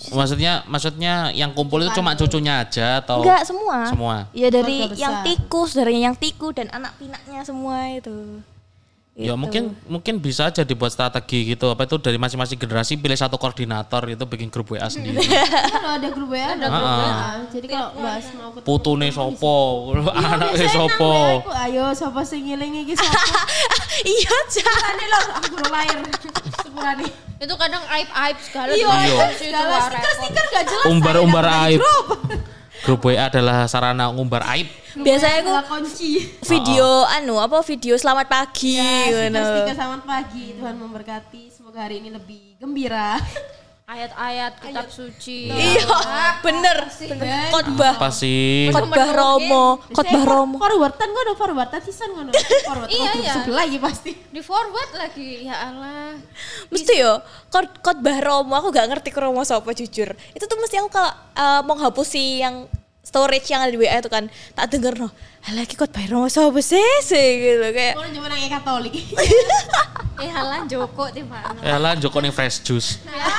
Maksudnya maksudnya yang kumpul itu cuma cucunya aja atau Enggak semua. Semua. Ya dari Keluarga yang besar. tikus, dari yang tiku dan anak pinaknya semua itu. Ya Gitu. mungkin mungkin bisa aja dibuat strategi gitu apa itu dari masing-masing generasi pilih satu koordinator itu bikin grup W A sendiri. Kalau ada grup W A, ada grup W A. Jadi kalau bahas mau ketemu Putune sopo, anake biasanya sopo. nang W A ku, ayo sapa sing ngiling iki sapa? Iya, Cak. Sepurane lho, aku belum lahir. Sepurane. Itu kadang aib-aib segala. Iya, Iya. segala stiker-stiker gak jelas. Umbar-umbar saya aib. dapat grup. Grup W A adalah sarana ngumbar aib. Biasanya aku adalah kunci. video anu apa video selamat pagi Ya, ngono. stiker-stiker selamat pagi. Tuhan memberkati. Semoga hari ini lebih gembira. Ayat-ayat kitab suci. Iya, bener. bener. Khotbah. Apa sih? Khotbah Romo, khotbah Romo. Forwardan ngono, forwardan sisan ngono. Forward Iya, grup iya. sebelah iki pasti. Di forward lagi, ya Allah. Mesti yo khot- khotbah Romo, aku gak ngerti ke Romo sapa jujur. Itu tuh mesti aku kalau eh, mau ngapusi yang storage yang ada di W A itu kan tak denger no. Lagi khotbah Romo sapa sih sih gitu kayak. Ngono cuma nang Katolik. Eh halah Joko tiba. Ya lah Joko nih fresh juice.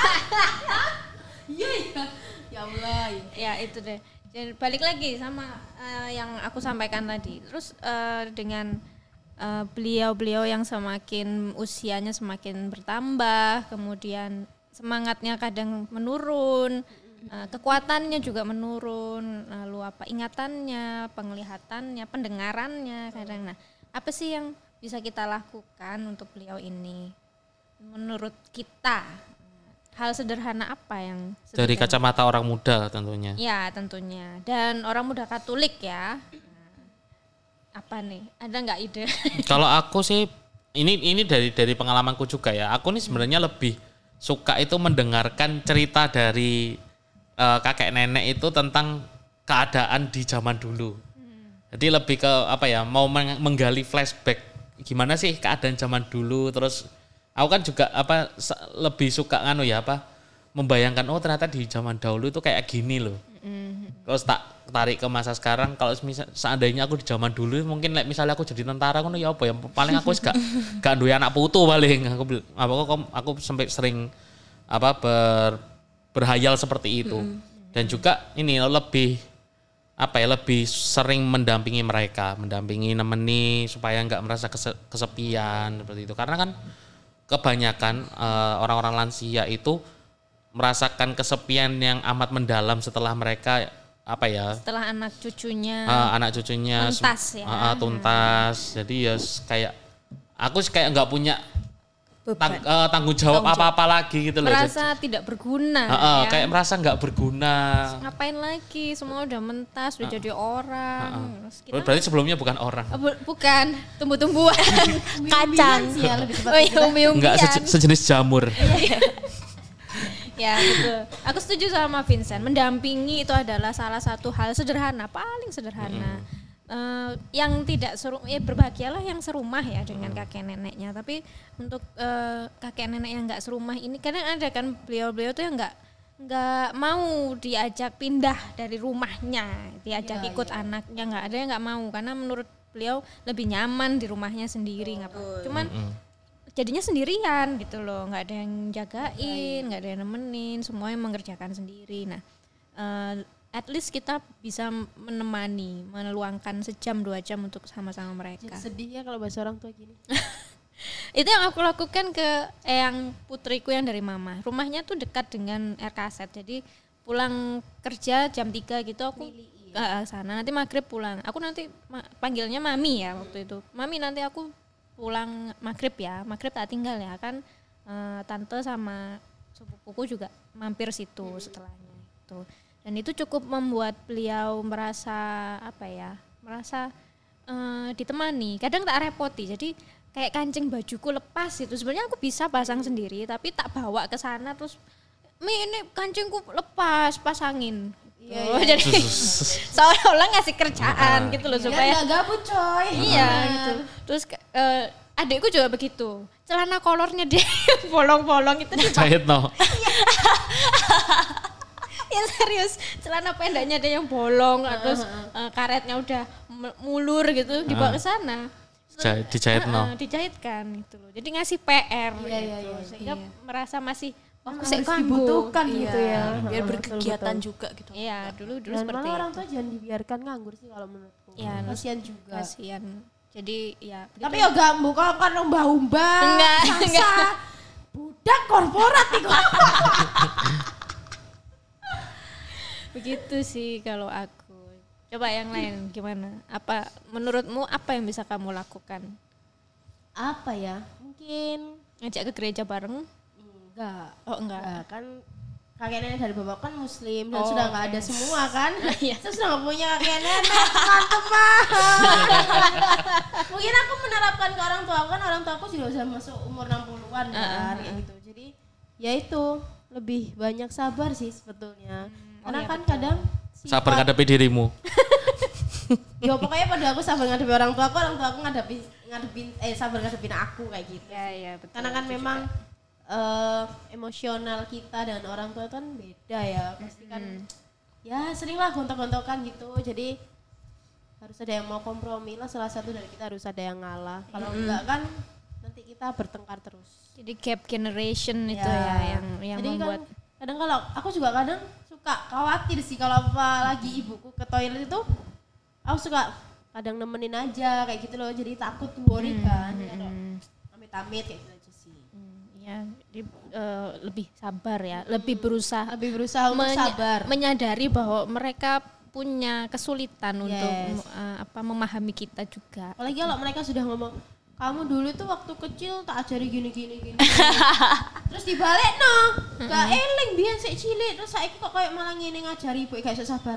Iya iya. Ya Allah. ya. Ya itu deh. Jadi balik lagi sama eh, yang aku sampaikan tadi. Terus eh, dengan eh, beliau-beliau yang semakin usianya semakin bertambah, kemudian semangatnya kadang menurun, eh, kekuatannya juga menurun, lalu apa ingatannya, penglihatannya, pendengarannya kadang. Nah, apa sih yang bisa kita lakukan untuk beliau ini? Menurut kita, hal sederhana apa yang Dari sederhana? kacamata orang muda tentunya. Ya tentunya. Dan orang muda Katolik ya. Nah, apa nih? Ada nggak ide? Kalau aku sih ini ini dari dari pengalamanku juga ya. Aku nih sebenarnya lebih suka itu mendengarkan cerita dari eh, kakek nenek itu tentang keadaan di zaman dulu. Jadi lebih ke apa ya? Mau meng- menggali flashback gimana sih keadaan zaman dulu. Terus aku kan juga apa se- lebih suka nganu ya apa? Membayangkan oh ternyata di zaman dahulu itu kayak gini loh. Terus tak tarik ke masa sekarang kalau misal, seandainya aku di zaman dulu mungkin like, misalnya aku jadi tentara ngono ya apa ya paling aku wis gak gak duwe anak putu paling aku bil- apa kok aku sampai sering apa ber, berhayal seperti itu. Dan juga ini lebih apa ya lebih sering mendampingi mereka, mendampingi nemeni supaya nggak merasa kese- kesepian seperti itu. Karena kan kebanyakan eh, orang-orang lansia itu merasakan kesepian yang amat mendalam setelah mereka apa ya Setelah anak cucunya eh, anak cucunya tuntas sem- ya. eh, eh, tuntas. Jadi ya s- kayak aku sih kayak nggak punya tang- eh, tanggung jawab apa-apa lagi gitu loh. Jadi- merasa tidak berguna eh, eh, ya. kayak merasa nggak berguna. Ngapain lagi? Semua udah mentas, udah jadi orang. Terus kita Berarti sebelumnya bukan orang. Oh, bu- bukan tumbuh-tumbuhan. Kacang. Sih ya lebih Oh tepat. iya, umbi-umbian. Enggak seje- sejenis jamur. Ya betul. Aku setuju sama Vincent. Mendampingi itu adalah salah satu hal sederhana, paling sederhana. Eh, yang tidak seru, ya berbahagialah yang serumah ya dengan kakek neneknya. Tapi untuk eh, kakek nenek yang nggak serumah ini, kadang ada kan beliau-beliau tuh yang nggak nggak mau diajak pindah dari rumahnya, diajak ikut anaknya, nggak ada yang nggak mau karena menurut beliau lebih nyaman di rumahnya sendiri. Nggak apa- Cuman jadinya sendirian gitu loh, nggak ada yang jagain, nggak ada yang nemenin, semua yang mengerjakan sendiri. Nah, eh, at least kita bisa menemani, meluangkan sejam dua jam untuk sama-sama mereka. Sedih ya kalau bahasa orang tua gini. Itu yang aku lakukan ke eyang putriku yang dari mama. Rumahnya tuh dekat dengan R K Z, jadi pulang kerja jam tiga gitu aku ke sana, nanti maghrib pulang. Aku nanti ma- panggilnya mami ya waktu itu. Mami nanti aku pulang maghrib ya, maghrib tak tinggal ya kan, eh, tante sama sepupuku juga mampir situ setelahnya itu. Dan itu cukup membuat beliau merasa apa ya, merasa eh, ditemani. Kadang tak repoti, jadi kayak kancing bajuku lepas itu sebenarnya aku bisa pasang sendiri, tapi tak bawa ke sana terus Mi ini kancingku lepas pasangin. Iya, jadi seolah-olah ngasih kerjaan gitu loh supaya Nggak gabut coy. iya gitu. Terus eh, adikku juga begitu. Celana kolornya dia bolong-bolong itu di Jahit no. ya serius, celana pendeknya ada yang bolong, terus eh, karetnya udah m- mulur gitu dibawa ke sana. Jahit- dijahit no. Heeh, dijahitkan gitu loh. Jadi ngasih P R gitu. Sehingga merasa masih aku Memang sih harus kanggo. dibutuhkan Iya, gitu ya. biar Heeh, berkegiatan betul-betul. juga gitu. Iya, dulu dulu Dan seperti malah orang itu. tua jangan dibiarkan nganggur sih kalau menurutku. Iya, Kasihan juga. Kasihan. Jadi ya Tapi ya gak buka kan umbah-umbah. Enggak, sasa. enggak. Budak korporat itu. begitu sih kalau aku. Coba yang lain gimana? Apa menurutmu apa yang bisa kamu lakukan? Apa ya? Mungkin Ngajak ke gereja bareng? enggak. Oh enggak. Enggak kan kakek nenek dari bapak kan muslim dan Oh, sudah nggak oke. ada semua kan. Iya. Saya sudah nggak punya kakek nenek teman-teman. Mungkin aku menerapkan ke orang tua kan orang tua aku juga sudah masuk umur enam puluhan kan kayak gitu. Jadi ya itu lebih banyak sabar sih sebetulnya. Karena iya, kan kadang Sabar sifat- ngadepi dirimu. Ya pokoknya pada aku sabar ngadepi orang tua aku, orang tua aku ngadepi ngadepin eh sabar ngadepin aku kayak gitu. Ya ya betul. Karena kan memang eh, emosional kita dan orang tua kan beda ya. Pasti kan ya seringlah gontok-gontokan gitu. Jadi harus ada yang mau kompromi lah, salah satu dari kita harus ada yang ngalah. Kalau enggak kan nanti kita bertengkar terus. Jadi gap generation itu Ya. ya yang yang Jadi membuat kan, kadang kalau aku juga kadang suka khawatir sih kalau apa lagi ibuku ke toilet itu aku suka kadang nemenin aja kayak gitu loh, jadi takut worry kan. Jadi kalau amit-amit kayak gitu aja sih. ya di- eh, lebih sabar ya, lebih berusaha Lebih berusaha untuk menya- sabar. menyadari bahwa mereka punya kesulitan untuk Yes. eh, apa memahami kita juga. Apalagi kalau mereka sudah ngomong, kamu dulu tuh waktu kecil tak ajari gini gini gini. Terus dibalik no, gak eling biyen sik cilik terus saiki kok kayak malah ngene ngajari ibu gak iso sabar.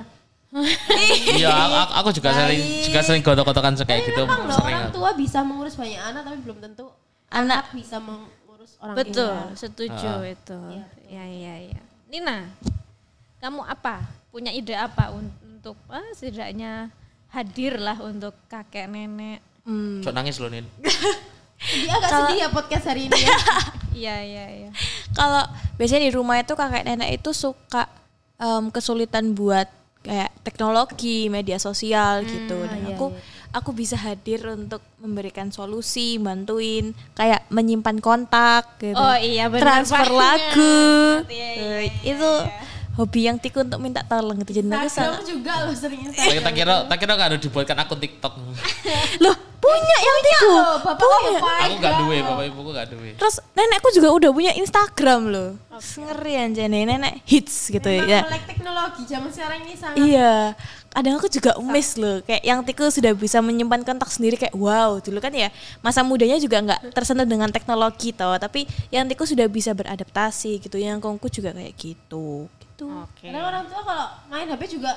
Iya, aku, aku juga sering juga sering gontok-gontokan kayak Tapi gitu. memang loh, Sering. orang tua bisa mengurus banyak anak tapi belum tentu Anak anak bisa mengurus orang Betul, tua. setuju Ah. itu. Iya, Ya ya ya. Nina, kamu apa? Punya ide apa un- untuk ah, setidaknya hadir lah untuk kakek nenek? hmm, Cok nangis loh, Nin. Jadi agak sedih ya podcast hari ini ya. Iya iya iya. kalau biasanya di rumah itu kakek nenek itu suka em, kesulitan buat kayak teknologi, media sosial gitu. Dan iya, aku aku bisa hadir untuk memberikan solusi, bantuin kayak menyimpan kontak gitu. Oh iya, benar Transfer banget. lagu. Iya, iya, Eh, iya, itu hobi yang tiku untuk minta tolong gitu. Jadi aku Instagram sangat juga loh sering Tak Instagram. tak kira tak kira gak ada dibuatkan akun TikTok. loh punya yang tiku. Loh, bapak Punya. apa? Aku gak duwe, bapak ibuku gak duwe. Terus nenekku juga udah punya Instagram loh. Ngeri aja nih nenek hits gitu Memang ya. melek teknologi zaman sekarang ini sangat Iya, kadang aku juga miss loh, kayak yang Tiku sudah bisa menyimpan kontak sendiri kayak wow, dulu kan ya masa mudanya juga nggak tersentuh dengan teknologi toh, tapi yang Tiku sudah bisa beradaptasi gitu, yang Kongku juga kayak gitu, gitu. Oke. Kadang orang tua kalau main H P juga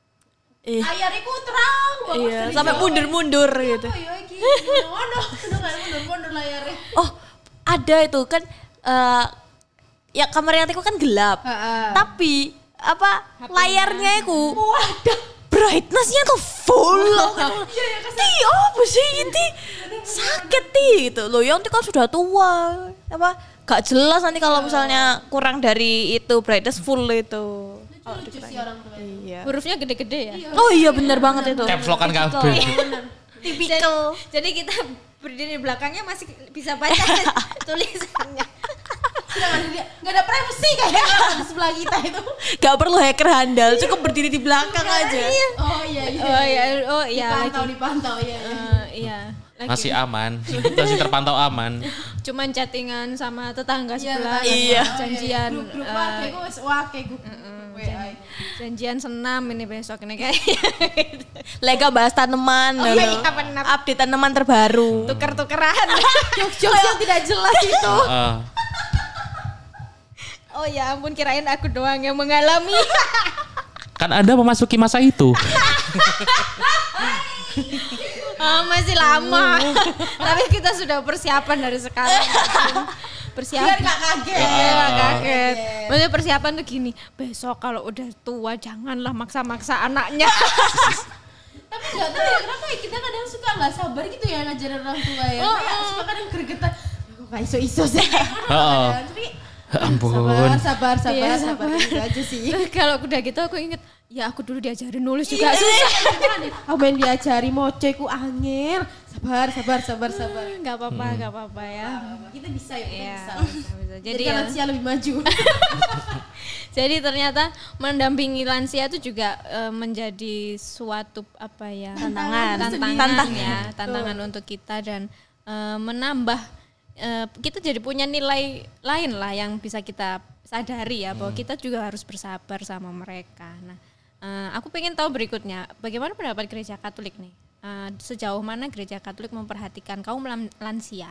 Eh, layarku terang banget iya, dari sampai jauh. mundur-mundur gitu. Oh iya iki. Ngono, udah gak mundur-mundur layarnya. Oh, ada itu kan, eh ya kamarnya Tiku kan gelap, Heeh. tapi apa layarnya itu, waduh, brightnessnya tuh full. Iya ya kasih. Oh, sih ini sakit ti gitu loh. Yang itu kan sudah tua, apa? Gak jelas nanti kalau misalnya kurang dari itu brightness full itu. Lucu sih orang tua. Iya. Hurufnya gede-gede ya. Oh iya benar banget itu. Caps lock kan kabeh. Tipikal. Jadi kita berdiri di belakangnya masih bisa baca tulisannya. Sudah gak ada, gak ada privacy kayaknya di sebelah kita itu. Gak perlu hacker handal, cukup berdiri di belakang aja. Oh iya iya. Oh iya, oh iya. Dipantau lagi. dipantau ya. Eh, iya. Lagi. Masih aman. Masih terpantau aman. Cuman chattingan sama tetangga sebelah. Iya. Janjian. Grup-grup eh, wake gue wis wake grup W A. janjian senam ini besok ini kayaknya. Lega bahas tanaman, Oh loh. iya, benar. Update tanaman terbaru. Tuker-tukeran. Jokes-jokes yang tidak jelas itu. Heeh. Oh ya ampun, kirain aku doang yang mengalami. Kan Anda memasuki masa itu. Ah, masih lama. Tapi kita sudah persiapan dari sekarang. Persiapan. Biar gak kaget. Biar gak kaget. Maksudnya persiapan tuh gini, besok kalau udah tua janganlah maksa-maksa anaknya. Tapi gak tahu ya kenapa ya kita kadang suka gak sabar gitu ya ngajarin orang tua ya. Oh, Kayak oh. suka kadang gregetan. Kok gak iso-iso sih. Heeh. Tapi Ampun. Sabar, sabar, sabar, Iya, sabar. Gitu aja sih. Kalau udah gitu aku inget, ya aku dulu diajarin nulis juga susah. Aku main diajari moce ku angin. Sabar, sabar, sabar, sabar. Nggak apa-apa, nggak apa-apa ya. Kita bisa ya, kita Iya, bisa. bisa, bisa. Jadi Jadi kan ya, lansia lebih maju. jadi ternyata mendampingi lansia itu juga eh, menjadi suatu apa ya Tantangan. tantangan Tantang. ya, tantangan untuk kita dan eh, menambah eh, kita jadi punya nilai lain lah yang bisa kita sadari ya bahwa kita juga harus bersabar sama mereka. Nah, eh, aku pengen tahu berikutnya, bagaimana pendapat Gereja Katolik nih? Eh, sejauh mana Gereja Katolik memperhatikan kaum lan- lansia?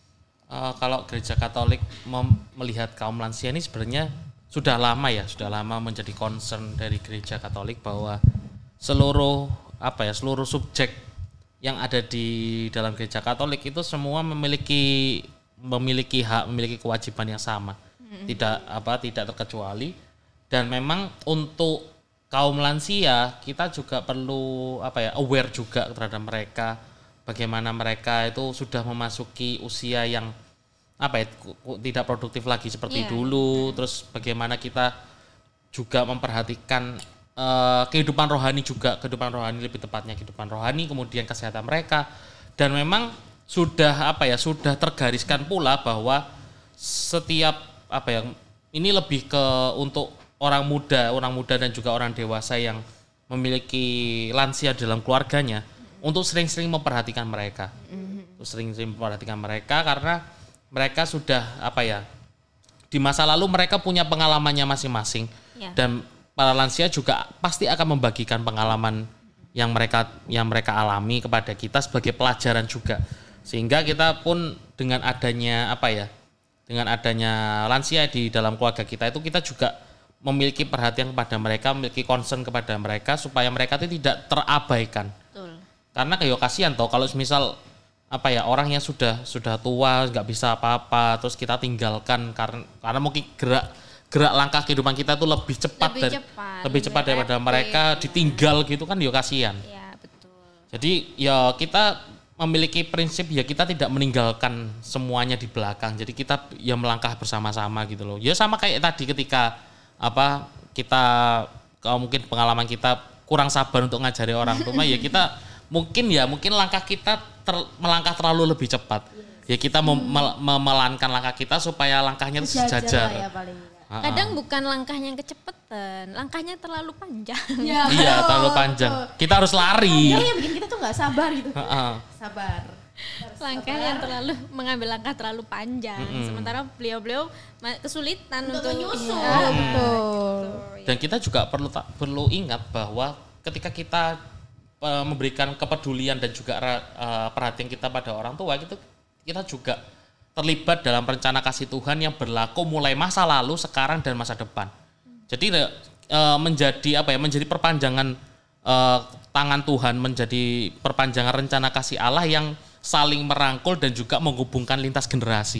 Eh, kalau gereja Katolik mem- melihat kaum lansia ini sebenarnya sudah lama ya, sudah lama menjadi concern dari gereja Katolik bahwa seluruh apa ya, seluruh subjek yang ada di dalam gereja Katolik itu semua memiliki memiliki hak, memiliki kewajiban yang sama. Tidak apa tidak terkecuali, dan memang untuk kaum lansia kita juga perlu apa ya, aware juga terhadap mereka, bagaimana mereka itu sudah memasuki usia yang apa ya, ku- ku- tidak produktif lagi seperti Iya. dulu. Terus bagaimana kita juga memperhatikan eh, kehidupan rohani juga, kehidupan rohani lebih tepatnya kehidupan rohani, kemudian kesehatan mereka. Dan memang sudah apa ya, sudah tergariskan pula bahwa setiap apa ya, ini lebih ke untuk orang muda, orang muda dan juga orang dewasa yang memiliki lansia dalam keluarganya untuk sering-sering memperhatikan mereka. Untuk sering-sering memperhatikan mereka karena mereka sudah apa ya, di masa lalu mereka punya pengalamannya masing-masing. Ya. Dan para lansia juga pasti akan membagikan pengalaman yang mereka yang mereka alami kepada kita sebagai pelajaran juga. Sehingga kita pun dengan adanya apa ya, dengan adanya lansia di dalam keluarga kita itu kita juga memiliki perhatian kepada mereka, memiliki concern kepada mereka supaya mereka itu tidak terabaikan. Betul. Karena kayak kasihan toh kalau misal apa ya, orang yang sudah sudah tua nggak bisa apa-apa terus kita tinggalkan karena karena mungkin gerak gerak langkah kehidupan kita tuh lebih cepat Lebih dari cepat, lebih cepat lebih daripada rapid, mereka ya. ditinggal gitu kan, ya kasihan. Ya, betul. Jadi ya kita memiliki prinsip ya kita tidak meninggalkan semuanya di belakang. Jadi kita ya melangkah bersama-sama gitu loh. Ya sama kayak tadi ketika apa kita kalau mungkin pengalaman kita kurang sabar untuk ngajari orang tua ya kita mungkin ya mungkin langkah kita ter, melangkah terlalu lebih cepat. Ya kita mem, mel- memelankan langkah kita supaya langkahnya itu Sejajar sejajar. lah ya paling enggak. Ha-ha. Kadang bukan langkahnya yang kecepatan, langkahnya terlalu panjang. Ya, Iya, betul, terlalu panjang. betul. Kita harus lari. Ya, yang bikin kita tuh nggak sabar gitu. Ha-ha. Sabar. Langkah yang terlalu mengambil langkah terlalu panjang. Sementara beliau-beliau ma- kesulitan untuk, menyusul. Iya, Betul. Dan kita juga perlu ta- perlu ingat bahwa ketika kita eh, memberikan kepedulian dan juga ra- eh, perhatian kita pada orang tua, itu kita juga terlibat dalam rencana kasih Tuhan yang berlaku mulai masa lalu, sekarang dan masa depan. Jadi eh, menjadi apa ya? Menjadi perpanjangan eh, tangan Tuhan, menjadi perpanjangan rencana kasih Allah yang saling merangkul dan juga menghubungkan lintas generasi.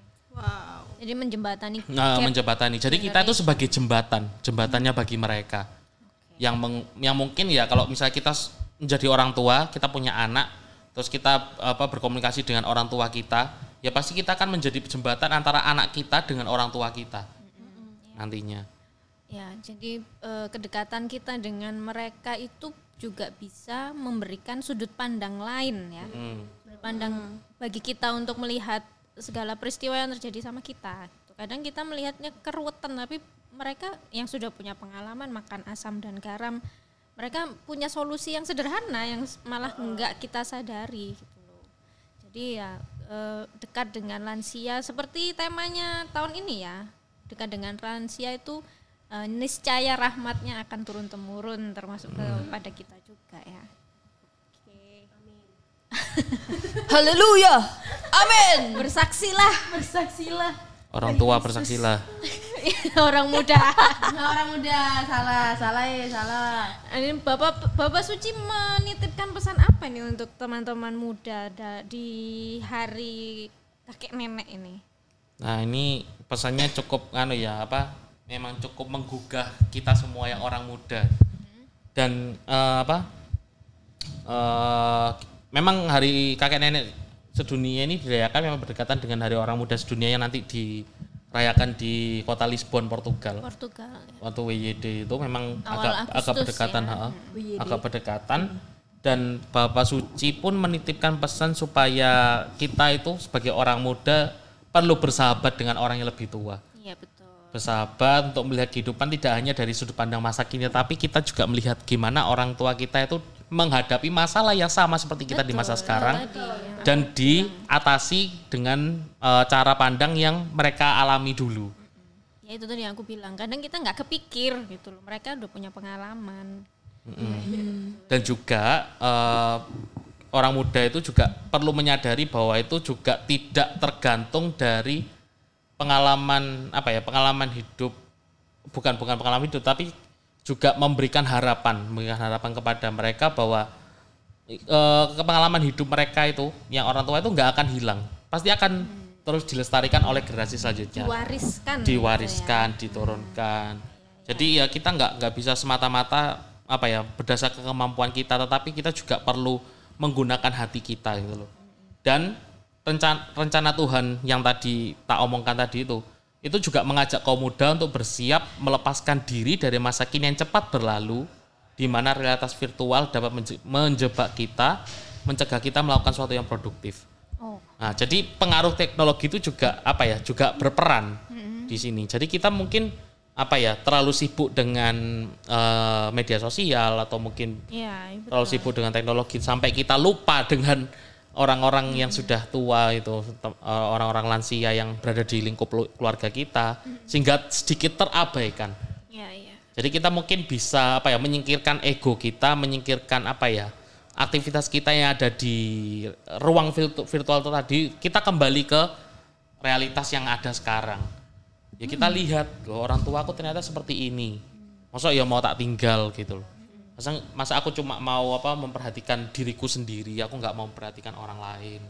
jadi menjembatani Nah, gap. menjembatani. Jadi kita itu sebagai jembatan, jembatannya bagi mereka. Yang meng- yang mungkin ya kalau misalnya kita s- menjadi orang tua, kita punya anak, terus kita apa berkomunikasi dengan orang tua kita, ya pasti kita akan menjadi jembatan antara anak kita dengan orang tua kita. Nantinya. Ya, jadi eh, kedekatan kita dengan mereka itu juga bisa memberikan sudut pandang lain ya. Hmm. Sudut pandang bagi kita untuk melihat segala peristiwa yang terjadi sama kita. Kadang kita melihatnya keruwetan, tapi mereka yang sudah punya pengalaman makan asam dan garam, mereka punya solusi yang sederhana yang malah enggak kita sadari gitu loh. Jadi ya eh, dekat dengan lansia seperti temanya tahun ini ya. Dekat dengan lansia itu eh, niscaya rahmatnya akan turun temurun termasuk kepada kita juga ya. Oke. Haleluya. Amin. Bersaksilah Bersaksilah. Orang tua bersaksilah. orang muda. Nah, orang muda salah, salah ya, salah. Ini Bapak Bapak Suci menitipkan pesan apa nih untuk teman-teman muda da- di hari kakek nenek ini? Nah, ini pesannya cukup anu ya, apa? Memang cukup menggugah kita semua yang orang muda. Dan eh, apa? Eh, memang hari kakek nenek sedunia ini dirayakan memang berdekatan dengan hari orang muda sedunia yang nanti di rayakan di kota Lisbon, Portugal. Portugal. Ya. Waktu W Y D itu memang Awal agak agak Agustus berdekatan, ya. ha, agak berdekatan. Dan Bapak Suci pun menitipkan pesan supaya kita itu sebagai orang muda perlu bersahabat dengan orang yang lebih tua. Iya betul. Bersahabat untuk melihat kehidupan tidak hanya dari sudut pandang masa kini, tapi kita juga melihat gimana orang tua kita itu menghadapi masalah yang sama seperti kita Betul, di masa sekarang tadi, ya. dan diatasi dengan uh, cara pandang yang mereka alami dulu. Ya itu tadi yang aku bilang. Kadang kita nggak kepikir gitu loh. Mereka udah punya pengalaman. Dan juga uh, orang muda itu juga perlu menyadari bahwa itu juga tidak tergantung dari pengalaman apa ya pengalaman hidup bukan bukan pengalaman hidup tapi juga memberikan harapan memberikan harapan kepada mereka bahwa uh, pengalaman hidup mereka itu yang orang tua itu nggak akan hilang, pasti akan hmm. terus dilestarikan oleh generasi selanjutnya, Diwariskan, diwariskan, gitu ya. diturunkan. Jadi ya kita nggak nggak bisa semata-mata apa ya berdasarkan kemampuan kita, tetapi kita juga perlu menggunakan hati kita gitu loh. Dan rencana, rencana Tuhan yang tadi tak omongkan tadi itu itu juga mengajak kaum muda untuk bersiap melepaskan diri dari masa kini yang cepat berlalu, di mana realitas virtual dapat menje- menjebak kita, mencegah kita melakukan sesuatu yang produktif. Oh. Nah, jadi pengaruh teknologi itu juga apa ya juga berperan mm-hmm. di sini. Jadi kita mungkin apa ya terlalu sibuk dengan uh, media sosial atau mungkin ya, terlalu sibuk dengan teknologi sampai kita lupa dengan orang-orang hmm. yang sudah tua itu uh, orang-orang lansia yang berada di lingkup keluarga kita hmm. sehingga sedikit terabaikan. Ya, ya. Jadi kita mungkin bisa apa ya menyingkirkan ego kita, menyingkirkan apa ya aktivitas kita yang ada di ruang virtual itu tadi, kita kembali ke realitas yang ada sekarang. Ya kita hmm. lihat loh orang tua aku ternyata seperti ini. Masa ya mau tak tinggal gitu loh. Masa, masa aku cuma mau apa memperhatikan diriku sendiri, aku nggak mau memperhatikan orang lain.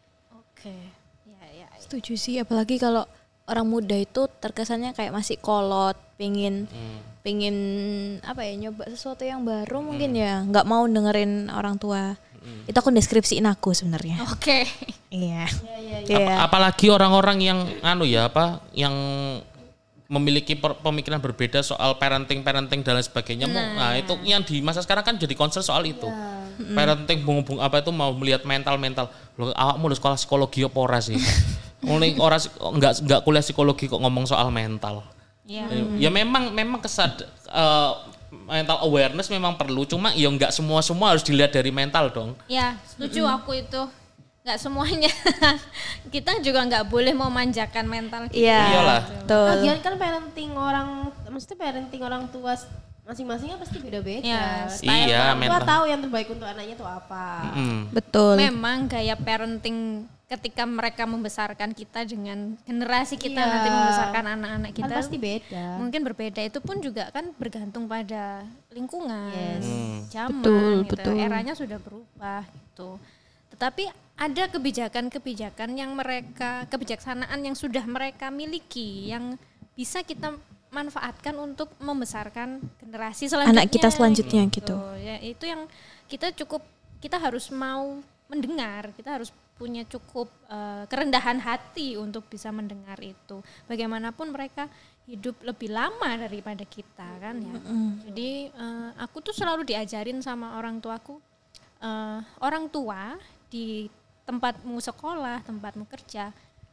Oke. Ya, ya, ya. Setuju sih, apalagi kalau orang muda itu terkesannya kayak masih kolot, pengen hmm. pengen apa ya nyoba sesuatu yang baru hmm. mungkin ya, nggak mau dengerin orang tua. Hmm. Itu aku deskripsiin aku sebenarnya. Oke. Iya. Ya, ya, ya. Iya. Ap- apalagi orang-orang yang anu ya apa yang memiliki per- pemikiran berbeda soal parenting parenting dan lain sebagainya. Nah, nah itu yang di masa sekarang kan jadi concern soal itu. Ya. Parenting bung-bung apa itu mau melihat mental mental. Loh awakmu lu sekolah psikologi apa ora sih? Mulai ora enggak enggak kuliah psikologi kok ngomong soal mental. Ya, hmm. ya memang memang kesad uh, mental awareness memang perlu, cuma ya enggak semua semua harus dilihat dari mental dong. Ya, setuju mm-hmm. aku itu. Nggak semuanya. Kita juga nggak boleh memanjakan mental kita. Iya, iyalah. Betul. Lagian kan parenting orang, maksudnya parenting orang tua masing-masingnya pasti beda-beda. Ya, iya, orang tua tahu yang terbaik untuk anaknya itu apa. Mm. Betul. Memang gaya parenting ketika mereka membesarkan kita dengan generasi kita iya. nanti membesarkan anak-anak kita Kan pasti beda. Mungkin berbeda, itu pun juga kan bergantung pada lingkungan, Yes. zaman, Betul, gitu. betul. Eranya sudah berubah gitu. Tetapi ada kebijakan-kebijakan yang mereka, kebijaksanaan yang sudah mereka miliki yang bisa kita manfaatkan untuk membesarkan generasi selanjutnya. Anak kita selanjutnya gitu. gitu. Ya, itu yang kita cukup kita harus mau mendengar, kita harus punya cukup uh, kerendahan hati untuk bisa mendengar itu. Bagaimanapun mereka hidup lebih lama daripada kita kan ya. Mm-hmm. Jadi uh, aku tuh selalu diajarin sama orang tuaku, uh, orang tua di tempatmu sekolah, tempatmu kerja,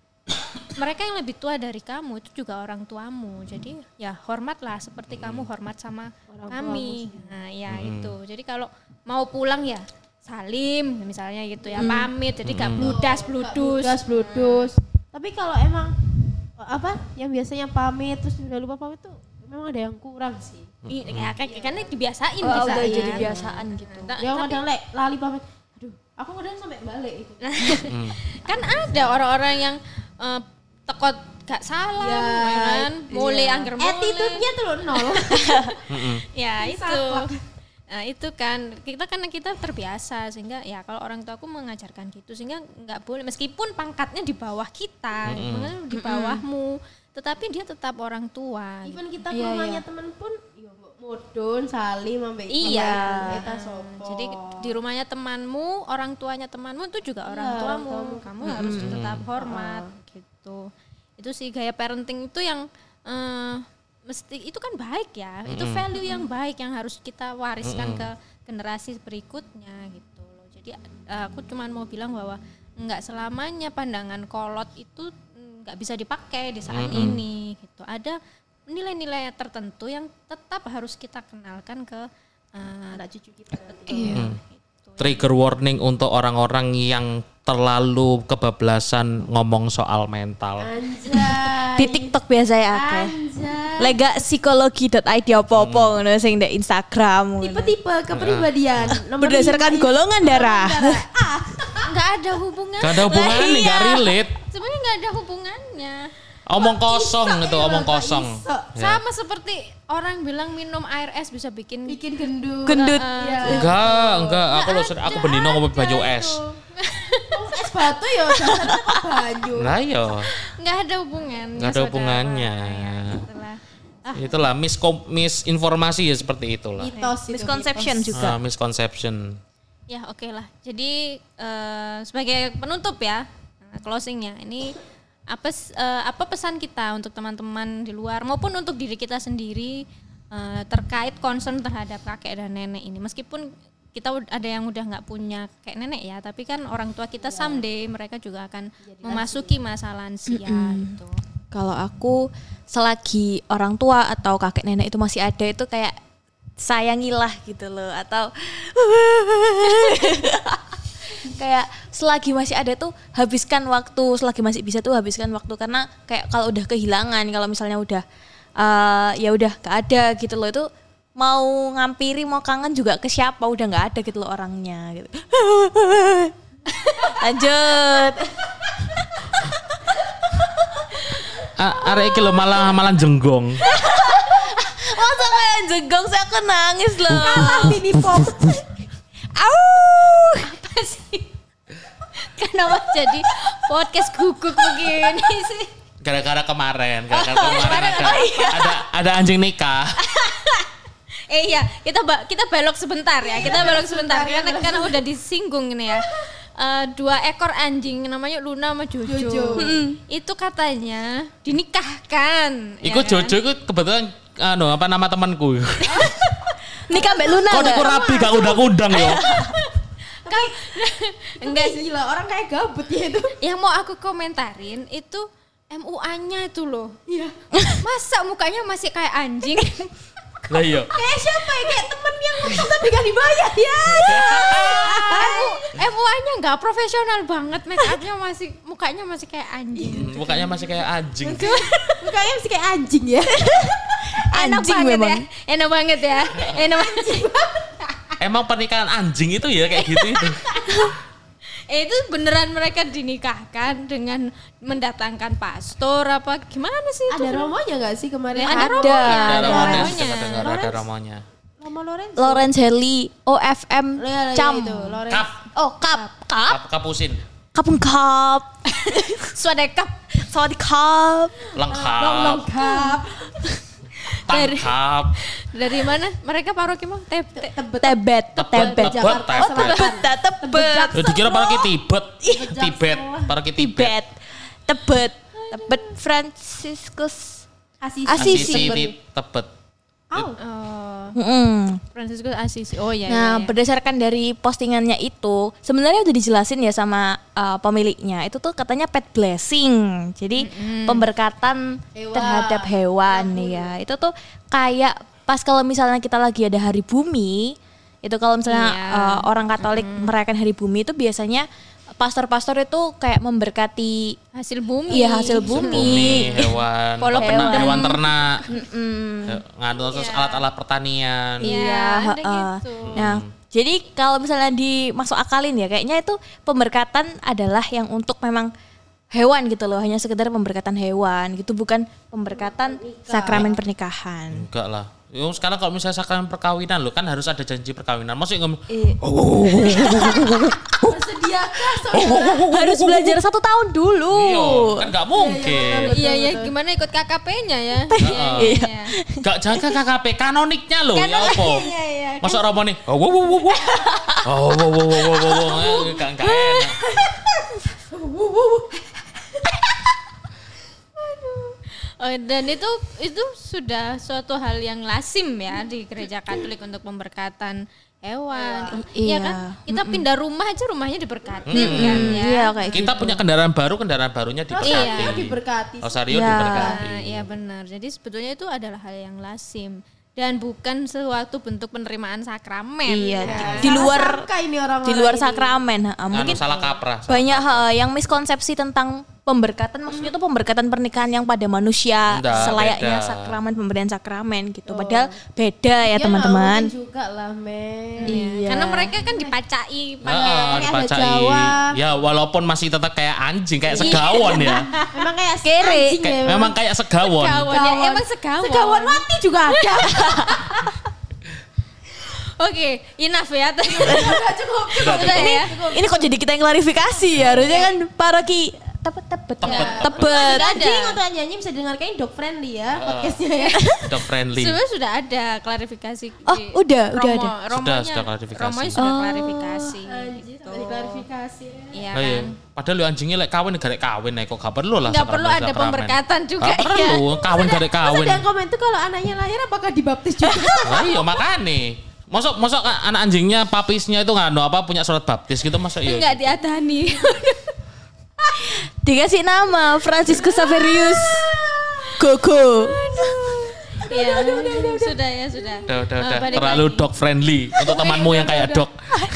mereka yang lebih tua dari kamu itu juga orang tuamu. Jadi ya hormatlah seperti hmm. kamu hormat sama orang kami. Nah ya hmm. itu. Jadi kalau mau pulang ya salim misalnya gitu ya, hmm. pamit. Jadi gak bludas bludus. Bludas bludus. Tapi kalau emang apa yang biasanya pamit terus udah lupa pamit tuh memang ada yang kurang sih. Iya, hmm. karena dibiasain oh, bisa udah ya. jadi kebiasaan gitu. Nah, yang tapi, kadang le, lali pamit. Aku kadang sampai balik itu. Kan ada orang-orang yang uh, tekot gak salam, ya, kan? Mulai iya. angger mulai. Attitude-nya tuh nol. Ya itu. Nah itu kan kita kan kita terbiasa sehingga ya kalau orang tua aku mengajarkan gitu sehingga nggak boleh meskipun pangkatnya di bawah kita, mm-hmm. di bawahmu, tetapi dia tetap orang tua. Even kita ke iya, rumahnya iya. teman pun mudun, salim, sampai iya. kita sopo. Jadi di rumahnya temanmu, orang tuanya temanmu itu juga orang iya, tuamu. orang Kamu hmm. harus tetap hormat hmm. gitu. Itu sih gaya parenting itu yang eh, mesti itu kan baik ya. Itu value yang baik yang harus kita wariskan ke generasi berikutnya gitu loh. Jadi eh, aku cuman mau bilang bahwa enggak selamanya pandangan kolot itu enggak bisa dipakai di saat Mm-mm. ini gitu. Ada nilai-nilai tertentu yang tetap harus kita kenalkan ke eh, Anak cucu kita. Iya. gitu. Trigger warning untuk orang-orang yang terlalu kebablasan ngomong soal mental. Anjay. Di TikTok biasa ya akeh. Anjay. Lega psikologi dot i d apa-apa ngono sing ndek Instagram ngono. Tipe-tipe kepribadian. Nomor Berdasarkan lima, golongan darah. Enggak ada hubungan. Gak ada hubungannya, Lah, iya. gak relate. Sebenarnya enggak ada hubungannya. Omong kosong itu, iya, omong Kak, kosong. iso. Ya. Sama seperti orang bilang minum air es bisa bikin Bikin gendut. Gendut. Iya. Enggak, enggak. Aku loh, aku bendino ngomong banyu es. Oh, es batu ya dasarnya kok banyu. Lah yo, Enggak ada hubungannya. Nggak ada saudara. hubungannya. Ya, itulah. Ah, itulah miskom- misinformasi ya seperti itulah. Mitos itu, Misconception mitos. juga. Ah, misconception. ya oke lah. Jadi eh, sebagai penutup ya, nah, closingnya ini apa s- eh, apa pesan kita untuk teman-teman di luar maupun untuk diri kita sendiri eh, terkait concern terhadap kakek dan nenek ini. Meskipun kita ud- ada yang udah nggak punya kayak nenek ya, tapi kan orang tua kita someday mereka juga akan memasuki masa lansia gitu. Kalau aku selagi orang tua atau kakek nenek itu masih ada itu kayak sayangilah gitu loh atau kayak selagi masih ada tuh habiskan waktu, selagi masih bisa tuh habiskan waktu karena kayak kalau udah kehilangan, kalau misalnya udah eh, ya udah gak ada gitu loh itu mau ngampiri mau kangen juga ke siapa udah nggak ada gitu loh orangnya gitu. Lanjut. Ah, arek iki lho malah malah jenggong. Masa kayak jegong sih aku nangis loh. Mini pop. Au. Apa sih? Kenapa jadi podcast guguk begini sih? Gara-gara kemarin, gara-gara kemarin ada, ada ada anjing nikah. Eh iya, kita ba- kita belok sebentar ya. Kita belok sebentar karena karena udah disinggung ini ya. Eh, dua ekor anjing namanya Luna sama Jojo. Jojo. Mm. Itu katanya dinikahkan. Iku ya kan? Jojo iku kebetulan anu apa nama temanku. Nikah Mbak Luna Kok nggak? niku rapi gak undang-undang ya. Kan enggak sih. Gila, orang kayak gabut ya itu. Yang mau aku komentarin itu M U A-nya itu loh. Iya. Masa mukanya masih kayak anjing? Lah iya. Kayak siapa ya? Kayak temen yang ngutang tapi gak dibayar ya. M U A-nya nggak profesional banget, make up-nya masih mukanya masih kayak anjing. Hmm, Mukanya masih kayak anjing. Mukanya masih kayak anjing ya. Enak Anjing banget memang. ya, enak banget ya, enak banget. Emang pernikahan anjing itu ya kayak gitu itu. Eh, itu beneran mereka dinikahkan dengan mendatangkan pastor apa gimana sih itu? Ada romonya gak sih kemarin? Ya, ada Ada. romonya, Ada ada romonya, romonya. ada dengar ada romonya. Romo Lorenzo. Lawrence Heli O F M Ya, ya, Cam. itu, Lorenzo. Kap, Oh kap kap kap kapusin. kapung kap. Swadekap. Sawadee kap. Lengkap. Lengkap. Dari- Tangkap. Dari mana? Mereka paroki mau teb te- Tebet. Tebet Tebet, tebet. tebet, Jakarta tebet. Selatan. Tebet dah, tebet. Ya dikira paroki Tibet. Tibet, paroki Tibet. Tibet. Tebet. Tebet Franciscus Asisi. Asisi. Asisi di Tebet. Au. Oh, Mm-mm. Francisco Assisi. Oh ya. Nah, ya, ya. berdasarkan dari postingannya itu, sebenarnya udah dijelasin ya sama uh, pemiliknya. Itu tuh katanya pet blessing. Jadi pemberkatan Hewan. terhadap hewan ya. Itu tuh kayak pas kalau misalnya kita lagi ada hari bumi, itu kalau misalnya Iya. uh, orang Katolik merayakan hari bumi itu biasanya pastor-pastor itu kayak memberkati Hasil bumi. iya hasil bumi. Bumi, hewan, Polo ternak, pendem. hewan ternak, Mm-mm. ngadu terus alat-alat pertanian. Iya, ada heeh. gitu. Nah, jadi kalau misalnya dimasuk akalin ya, kayaknya itu pemberkatan adalah yang untuk memang hewan gitu loh, hanya sekedar pemberkatan hewan gitu, bukan pemberkatan sakramen pernikahan. Enggak lah. Yo, sekarang kalau misalnya sakramen perkawinan lo kan harus ada janji perkawinan. Maksudnya ngomong, Eh, Bersediakah saudara? harus belajar satu tahun dulu. iya, kan nggak mungkin. Iya ya, gimana ikut K K P-nya ya? Heeh. Iya. Gak jaga K K P kanoniknya loh, ya apa? Iya iya. Masuk romo nih, oh wow wow wow wow, oh wow wow wow wow wow, gak gak enak. Oh, dan itu itu sudah suatu hal yang lazim ya di gereja Katolik untuk pemberkatan hewan. Iya kan? Kita pindah rumah aja rumahnya diberkati kan ya. Iya kayak gitu. Kita punya kendaraan baru, kendaraan barunya diberkati. Iya. diberkati. Rosario Iya. diberkati. Nah, iya benar. Jadi sebetulnya itu adalah hal yang lazim dan bukan suatu bentuk penerimaan sakramen. Iya, ya. di, di luar Sangka ini orang-orang di luar ini. sakramen. Ha, Anu, mungkin salah kaprah. banyak ha, yang miskonsepsi tentang pemberkatan, maksudnya itu pemberkatan pernikahan yang pada manusia Nggak, selayaknya beda. sakramen, pemberian sakramen gitu. Padahal beda ya Ya, teman-teman. nggak mungkin juga lah, men. Iya. Karena mereka kan dipacai Heeh, pakai ada dipacai. Jawa. Ya walaupun masih tetap kayak anjing, kayak segawon ya. Memang kayak Kere. anjing Kayak, ya, memang kayak segawon. segawon. Ya, emang segawon. Segawon mati juga ada. Oke, enough ya. Udah cukup. Sudah, Sudah cukup. ya. Ini kok jadi kita yang klarifikasi ya? Harusnya kan paroki tebet tebet Tebet, tebet. Sudah Anjing ada. untuk nyanyi bisa dengarkan dog friendly ya podcastnya ya. Dog friendly. Sebenarnya sudah ada klarifikasi. Oh, di udah, Romo, udah ada. Romonya, Sudah, sudah klarifikasi. Romonya sudah Oh. klarifikasi. Anjing gitu. sampai diklarifikasi. Iya Nah, iya. kan. Padahal lu anjingnya lek kawin gak kawin nek kok gak perlu lah. Nggak perlu sakramen- ada sakramen. pemberkatan juga Gak perlu, ya. kawin gak Masa kawin. ada yang komen tuh kalau anaknya lahir apakah dibaptis juga? Nah, iya makane. Mosok mosok anak anjingnya papisnya itu nggak ada apa punya surat baptis gitu masa iya. Enggak diadani. Dikasih nama Franciscus Saverius Gogo. Iya, sudah ya sudah. Udah, udah, Eh, udah. balik Terlalu lagi. dog friendly untuk temanmu yang kayak dog.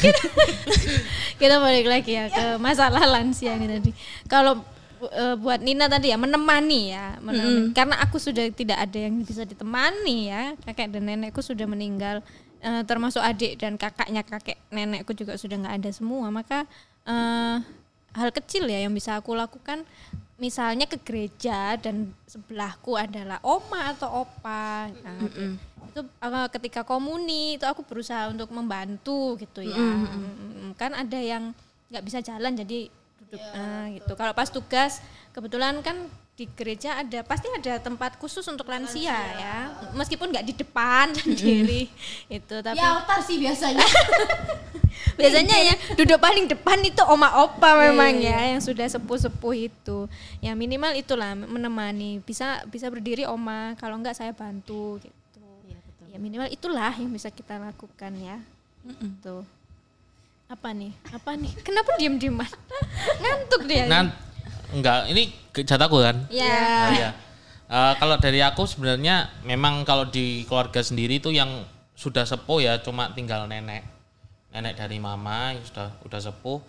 Kita balik lagi ya ke masalah lansia ini tadi. Kalau eh, buat Nina tadi ya menemani ya, menemani. Karena aku sudah tidak ada yang bisa ditemani ya, kakek dan nenekku sudah meninggal, eh, termasuk adik dan kakaknya kakek nenekku juga sudah nggak ada semua. Maka eh, hal kecil ya yang bisa aku lakukan, misalnya ke gereja dan sebelahku adalah oma atau opa. Nah, itu uh, ketika komuni itu aku berusaha untuk membantu gitu ya. Mm, kan ada yang nggak bisa jalan jadi duduk uh, gitu. Kalau pas tugas kebetulan kan di gereja ada pasti ada tempat khusus untuk lansia, ya. Meskipun nggak di depan sendiri itu tapi Ya altar sih biasanya. biasanya ya duduk paling depan itu oma opa memang ya yang sudah sepuh-sepuh itu. Ya minimal itulah menemani, bisa bisa berdiri oma, kalau enggak saya bantu gitu. Ya minimal itulah yang bisa kita lakukan ya. Tuh. Apa nih? Apa nih? Kenapa diem-dieman? Ngantuk dia. Nah, enggak, ini jatahku kan? Ya. Ah, iya. Eh, kalau dari aku sebenarnya memang kalau di keluarga sendiri itu yang sudah sepuh ya cuma tinggal nenek. Nenek dari mama yang sudah udah sepuh.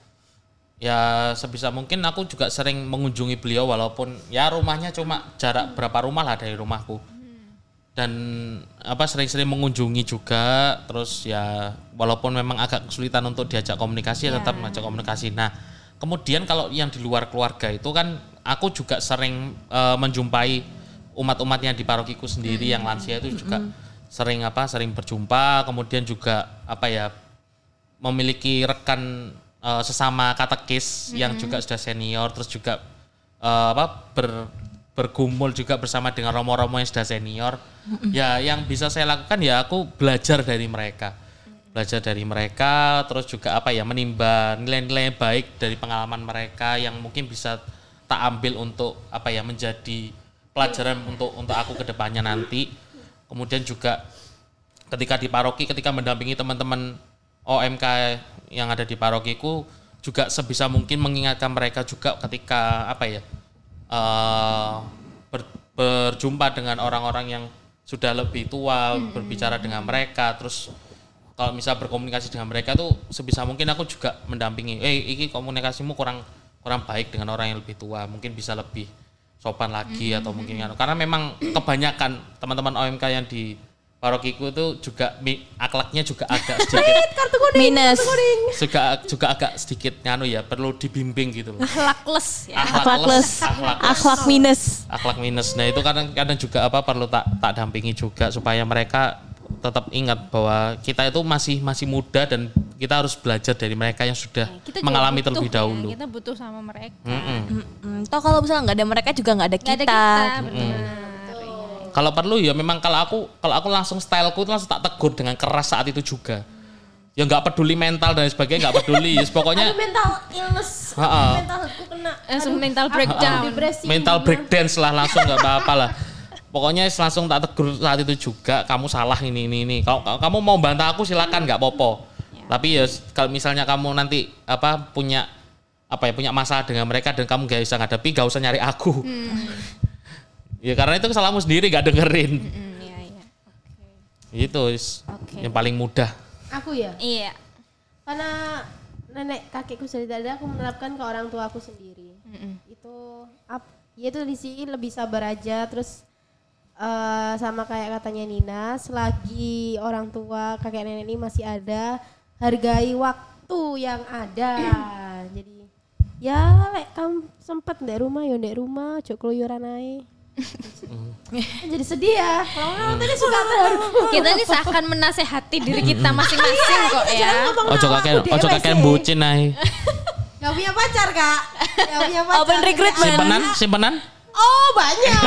Ya sebisa mungkin aku juga sering mengunjungi beliau walaupun ya rumahnya cuma jarak berapa rumah lah dari rumahku. Dan apa sering-sering mengunjungi juga, terus ya walaupun memang agak kesulitan untuk diajak komunikasi ya tetap mengajak komunikasi. Nah, kemudian kalau yang di luar keluarga itu kan aku juga sering uh, menjumpai umat-umat yang di parokiku sendiri yang lansia itu juga sering apa sering berjumpa, kemudian juga apa ya memiliki rekan uh, sesama katekis yang juga sudah senior, terus juga uh, apa ber bergumul juga bersama dengan romo-romo yang sudah senior. Ya yang bisa saya lakukan ya aku belajar dari mereka. Belajar dari mereka, terus juga apa ya menimba nilai-nilai baik dari pengalaman mereka yang mungkin bisa tak ambil untuk apa ya menjadi pelajaran untuk untuk aku ke depannya nanti. Kemudian juga ketika di paroki, ketika mendampingi teman-teman O M K yang ada di parokiku juga sebisa mungkin mengingatkan mereka juga ketika apa ya Uh, ber, berjumpa dengan orang-orang yang sudah lebih tua, hmm. berbicara dengan mereka, terus kalau misal berkomunikasi dengan mereka tuh sebisa mungkin aku juga mendampingi, eh ini komunikasimu kurang kurang baik dengan orang yang lebih tua, mungkin bisa lebih sopan lagi hmm. atau mungkin karena memang kebanyakan teman-teman O M K yang di parokiku itu juga mi, akhlaknya juga agak sedikit Kartu kuning, Minus. kartu kuning. juga juga agak sedikit nganu ya perlu dibimbing gitu loh. Akhlakless ya. Akhlakless, akhlak akhlak minus. akhlak minus. Nah itu kadang kadang juga apa perlu tak tak dampingi juga supaya mereka tetap ingat bahwa kita itu masih masih muda dan kita harus belajar dari mereka yang sudah Kita juga mengalami butuh terlebih ya, dahulu. kita butuh sama mereka. Mm-mm. Mm, toh kalau misalnya nggak ada mereka juga nggak ada Nggak kita. ada kita, benar. Kalau perlu ya memang kalau aku kalau aku langsung styleku itu langsung tak tegur dengan keras saat itu juga. Ya nggak peduli mental dan sebagainya, nggak peduli. Ya, pokoknya Aduh, mental illness. Ha-ha. Mental aku kena. Langsung Aduh, mental aku breakdown. depresi mental juga. breakdance lah langsung nggak apa-apa lah. pokoknya langsung tak tegur saat itu juga, kamu salah ini ini ini. Kalau kamu mau bantah aku silakan, nggak apa-apa. Ya. Tapi ya kalau misalnya kamu nanti apa punya apa ya punya masalah dengan mereka dan kamu gak bisa ngadepi, gak usah nyari aku. Hmm. Ya karena itu salahmu sendiri, gak dengerin. Hmm, iya, iya. Okay. Itu okay. Yang paling mudah. Aku ya? Iya. Karena nenek kakekku sudah ada, aku menerapkan ke orang tua aku sendiri. Mm-mm. Itu up, ya itu di sini lebih sabar aja. Terus uh, sama kayak katanya Nina, selagi orang tua kakek nenek ini masih ada, hargai waktu yang ada. Jadi ya lek kamu sempet ndek rumah ya ndek rumah, ojo keluyuran ae. Jadi sedih ya. Kalau tadi suka kita ini seakan menasehati diri kita masing-masing kok ya. Ojo kakek, ojo kakek bucin ae. Gak punya pacar kak. Gak punya pacar. Open recruitment. Simpenan, simpenan. Oh banyak.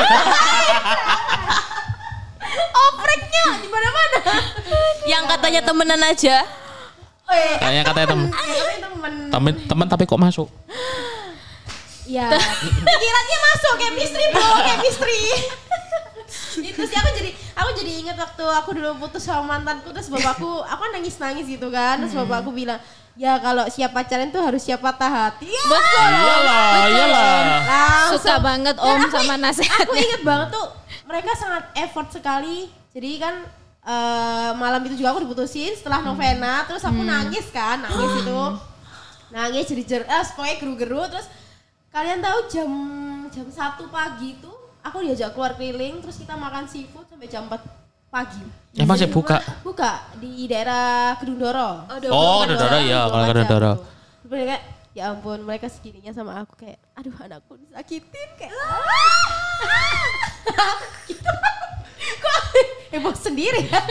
Opreknya di mana-mana. Yang katanya temenan aja. Oh, iya. Kayaknya katanya temen. temen. Temen, temen tapi kok masuk? Ya, pikirannya masuk chemistry bro, chemistry. Itu sih aku jadi aku jadi ingat waktu aku dulu putus sama mantanku, terus bapakku, aku nangis nangis gitu kan, terus bapakku bilang, ya kalau siap pacaran tuh harus siap patah hati. Ya, betul. Iyalah, iyalah. Langsung. Suka banget om Dan aku, sama nasihatnya. Aku ingat banget tuh, mereka sangat effort sekali. Jadi kan uh, malam itu juga aku diputusin setelah novena, terus aku hmm. nangis kan, nangis itu, nangis jadi jer, eh, pokoknya geru-geru terus. Kalian tahu jam jam satu pagi itu aku diajak keluar keliling, terus kita makan seafood sampai jam empat pagi. Ya masih buka? Buka di daerah Kedung Doro. Oh, Kedung Doro ya, kalau Kedung Doro. Mereka ya ampun, mereka segininya sama aku kayak aduh anakku disakitin kayak. Gitu. Kok heboh sendiri ya?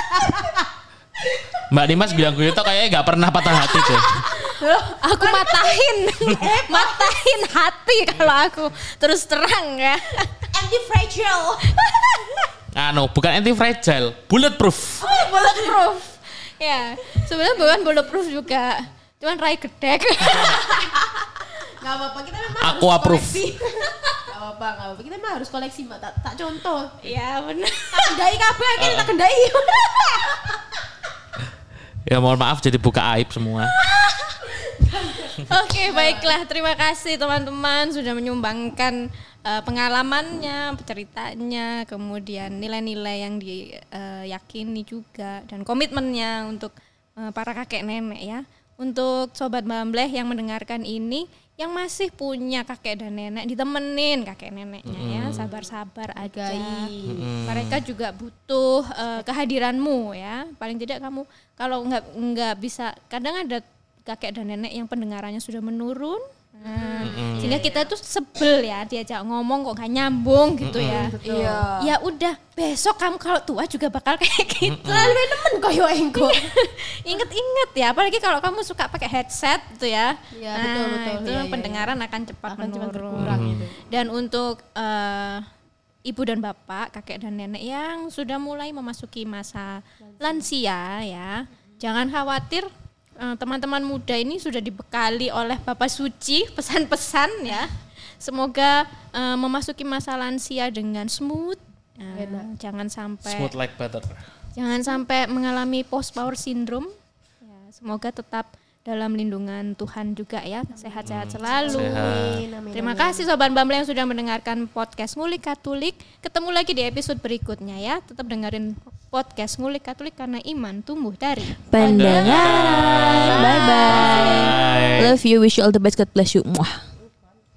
Mbak Dimas bilang gue itu kayaknya gak pernah patah hati tuh. Aku matahin, matahin hati kalau aku terus terang ya. Anti fragile. Anu, bukan anti fragile, bulletproof. Oh, bulletproof. Ya, sebenarnya bukan bulletproof juga, cuman rai gedek. Gak apa-apa, kita memang aku harus approve. koleksi. Gak apa-apa, gak apa-apa. Kita memang harus koleksi mbak. Tak, tak contoh. Iya benar. Tak gendai kabeh, akhirnya tak gendai. Ya mohon maaf jadi buka aib semua. Oke, baiklah. Terima kasih teman-teman sudah menyumbangkan uh, pengalamannya, ceritanya, kemudian nilai-nilai yang diyakini uh, juga dan komitmennya untuk uh, para kakek nenek ya. Untuk sobat Bambleh yang mendengarkan ini, yang masih punya kakek dan nenek, ditemenin kakek neneknya mm. ya, sabar-sabar aja. Mm. Mereka juga butuh uh, kehadiranmu ya. Paling tidak kamu kalau nggak nggak bisa, kadang ada kakek dan nenek yang pendengarannya sudah menurun. Nah, mm-hmm. Sehingga kita tuh sebel ya diajak ngomong kok gak nyambung gitu mm-hmm. ya. Iya. Ya udah besok kamu kalau tua juga bakal kayak gitu. Lalu nemen koyo engko. Ingat-ingat ya, apalagi kalau kamu suka pakai headset gitu ya. Iya nah, betul betul. Itu ya, pendengaran ya. akan cepat akan menurun. cepat berkurang mm-hmm. gitu. Dan untuk uh, ibu dan bapak, kakek dan nenek yang sudah mulai memasuki masa lansia ya, jangan khawatir. Teman-teman muda ini sudah dibekali oleh Bapak Suci pesan-pesan ya. Semoga uh, memasuki masa lansia dengan smooth. Uh, jangan sampai Smooth like butter. Jangan sampai mengalami post power syndrome. Ya, semoga tetap dalam lindungan Tuhan juga ya, sehat-sehat selalu. Sehat. Terima kasih Sobat Bambleh yang sudah mendengarkan podcast Ngulik Katolik. Ketemu lagi di episode berikutnya ya. Tetap dengerin podcast Ngulik Katolik karena iman tumbuh dari pendengaran. Bye bye. Love you, wish you all the best, God bless you. Muah.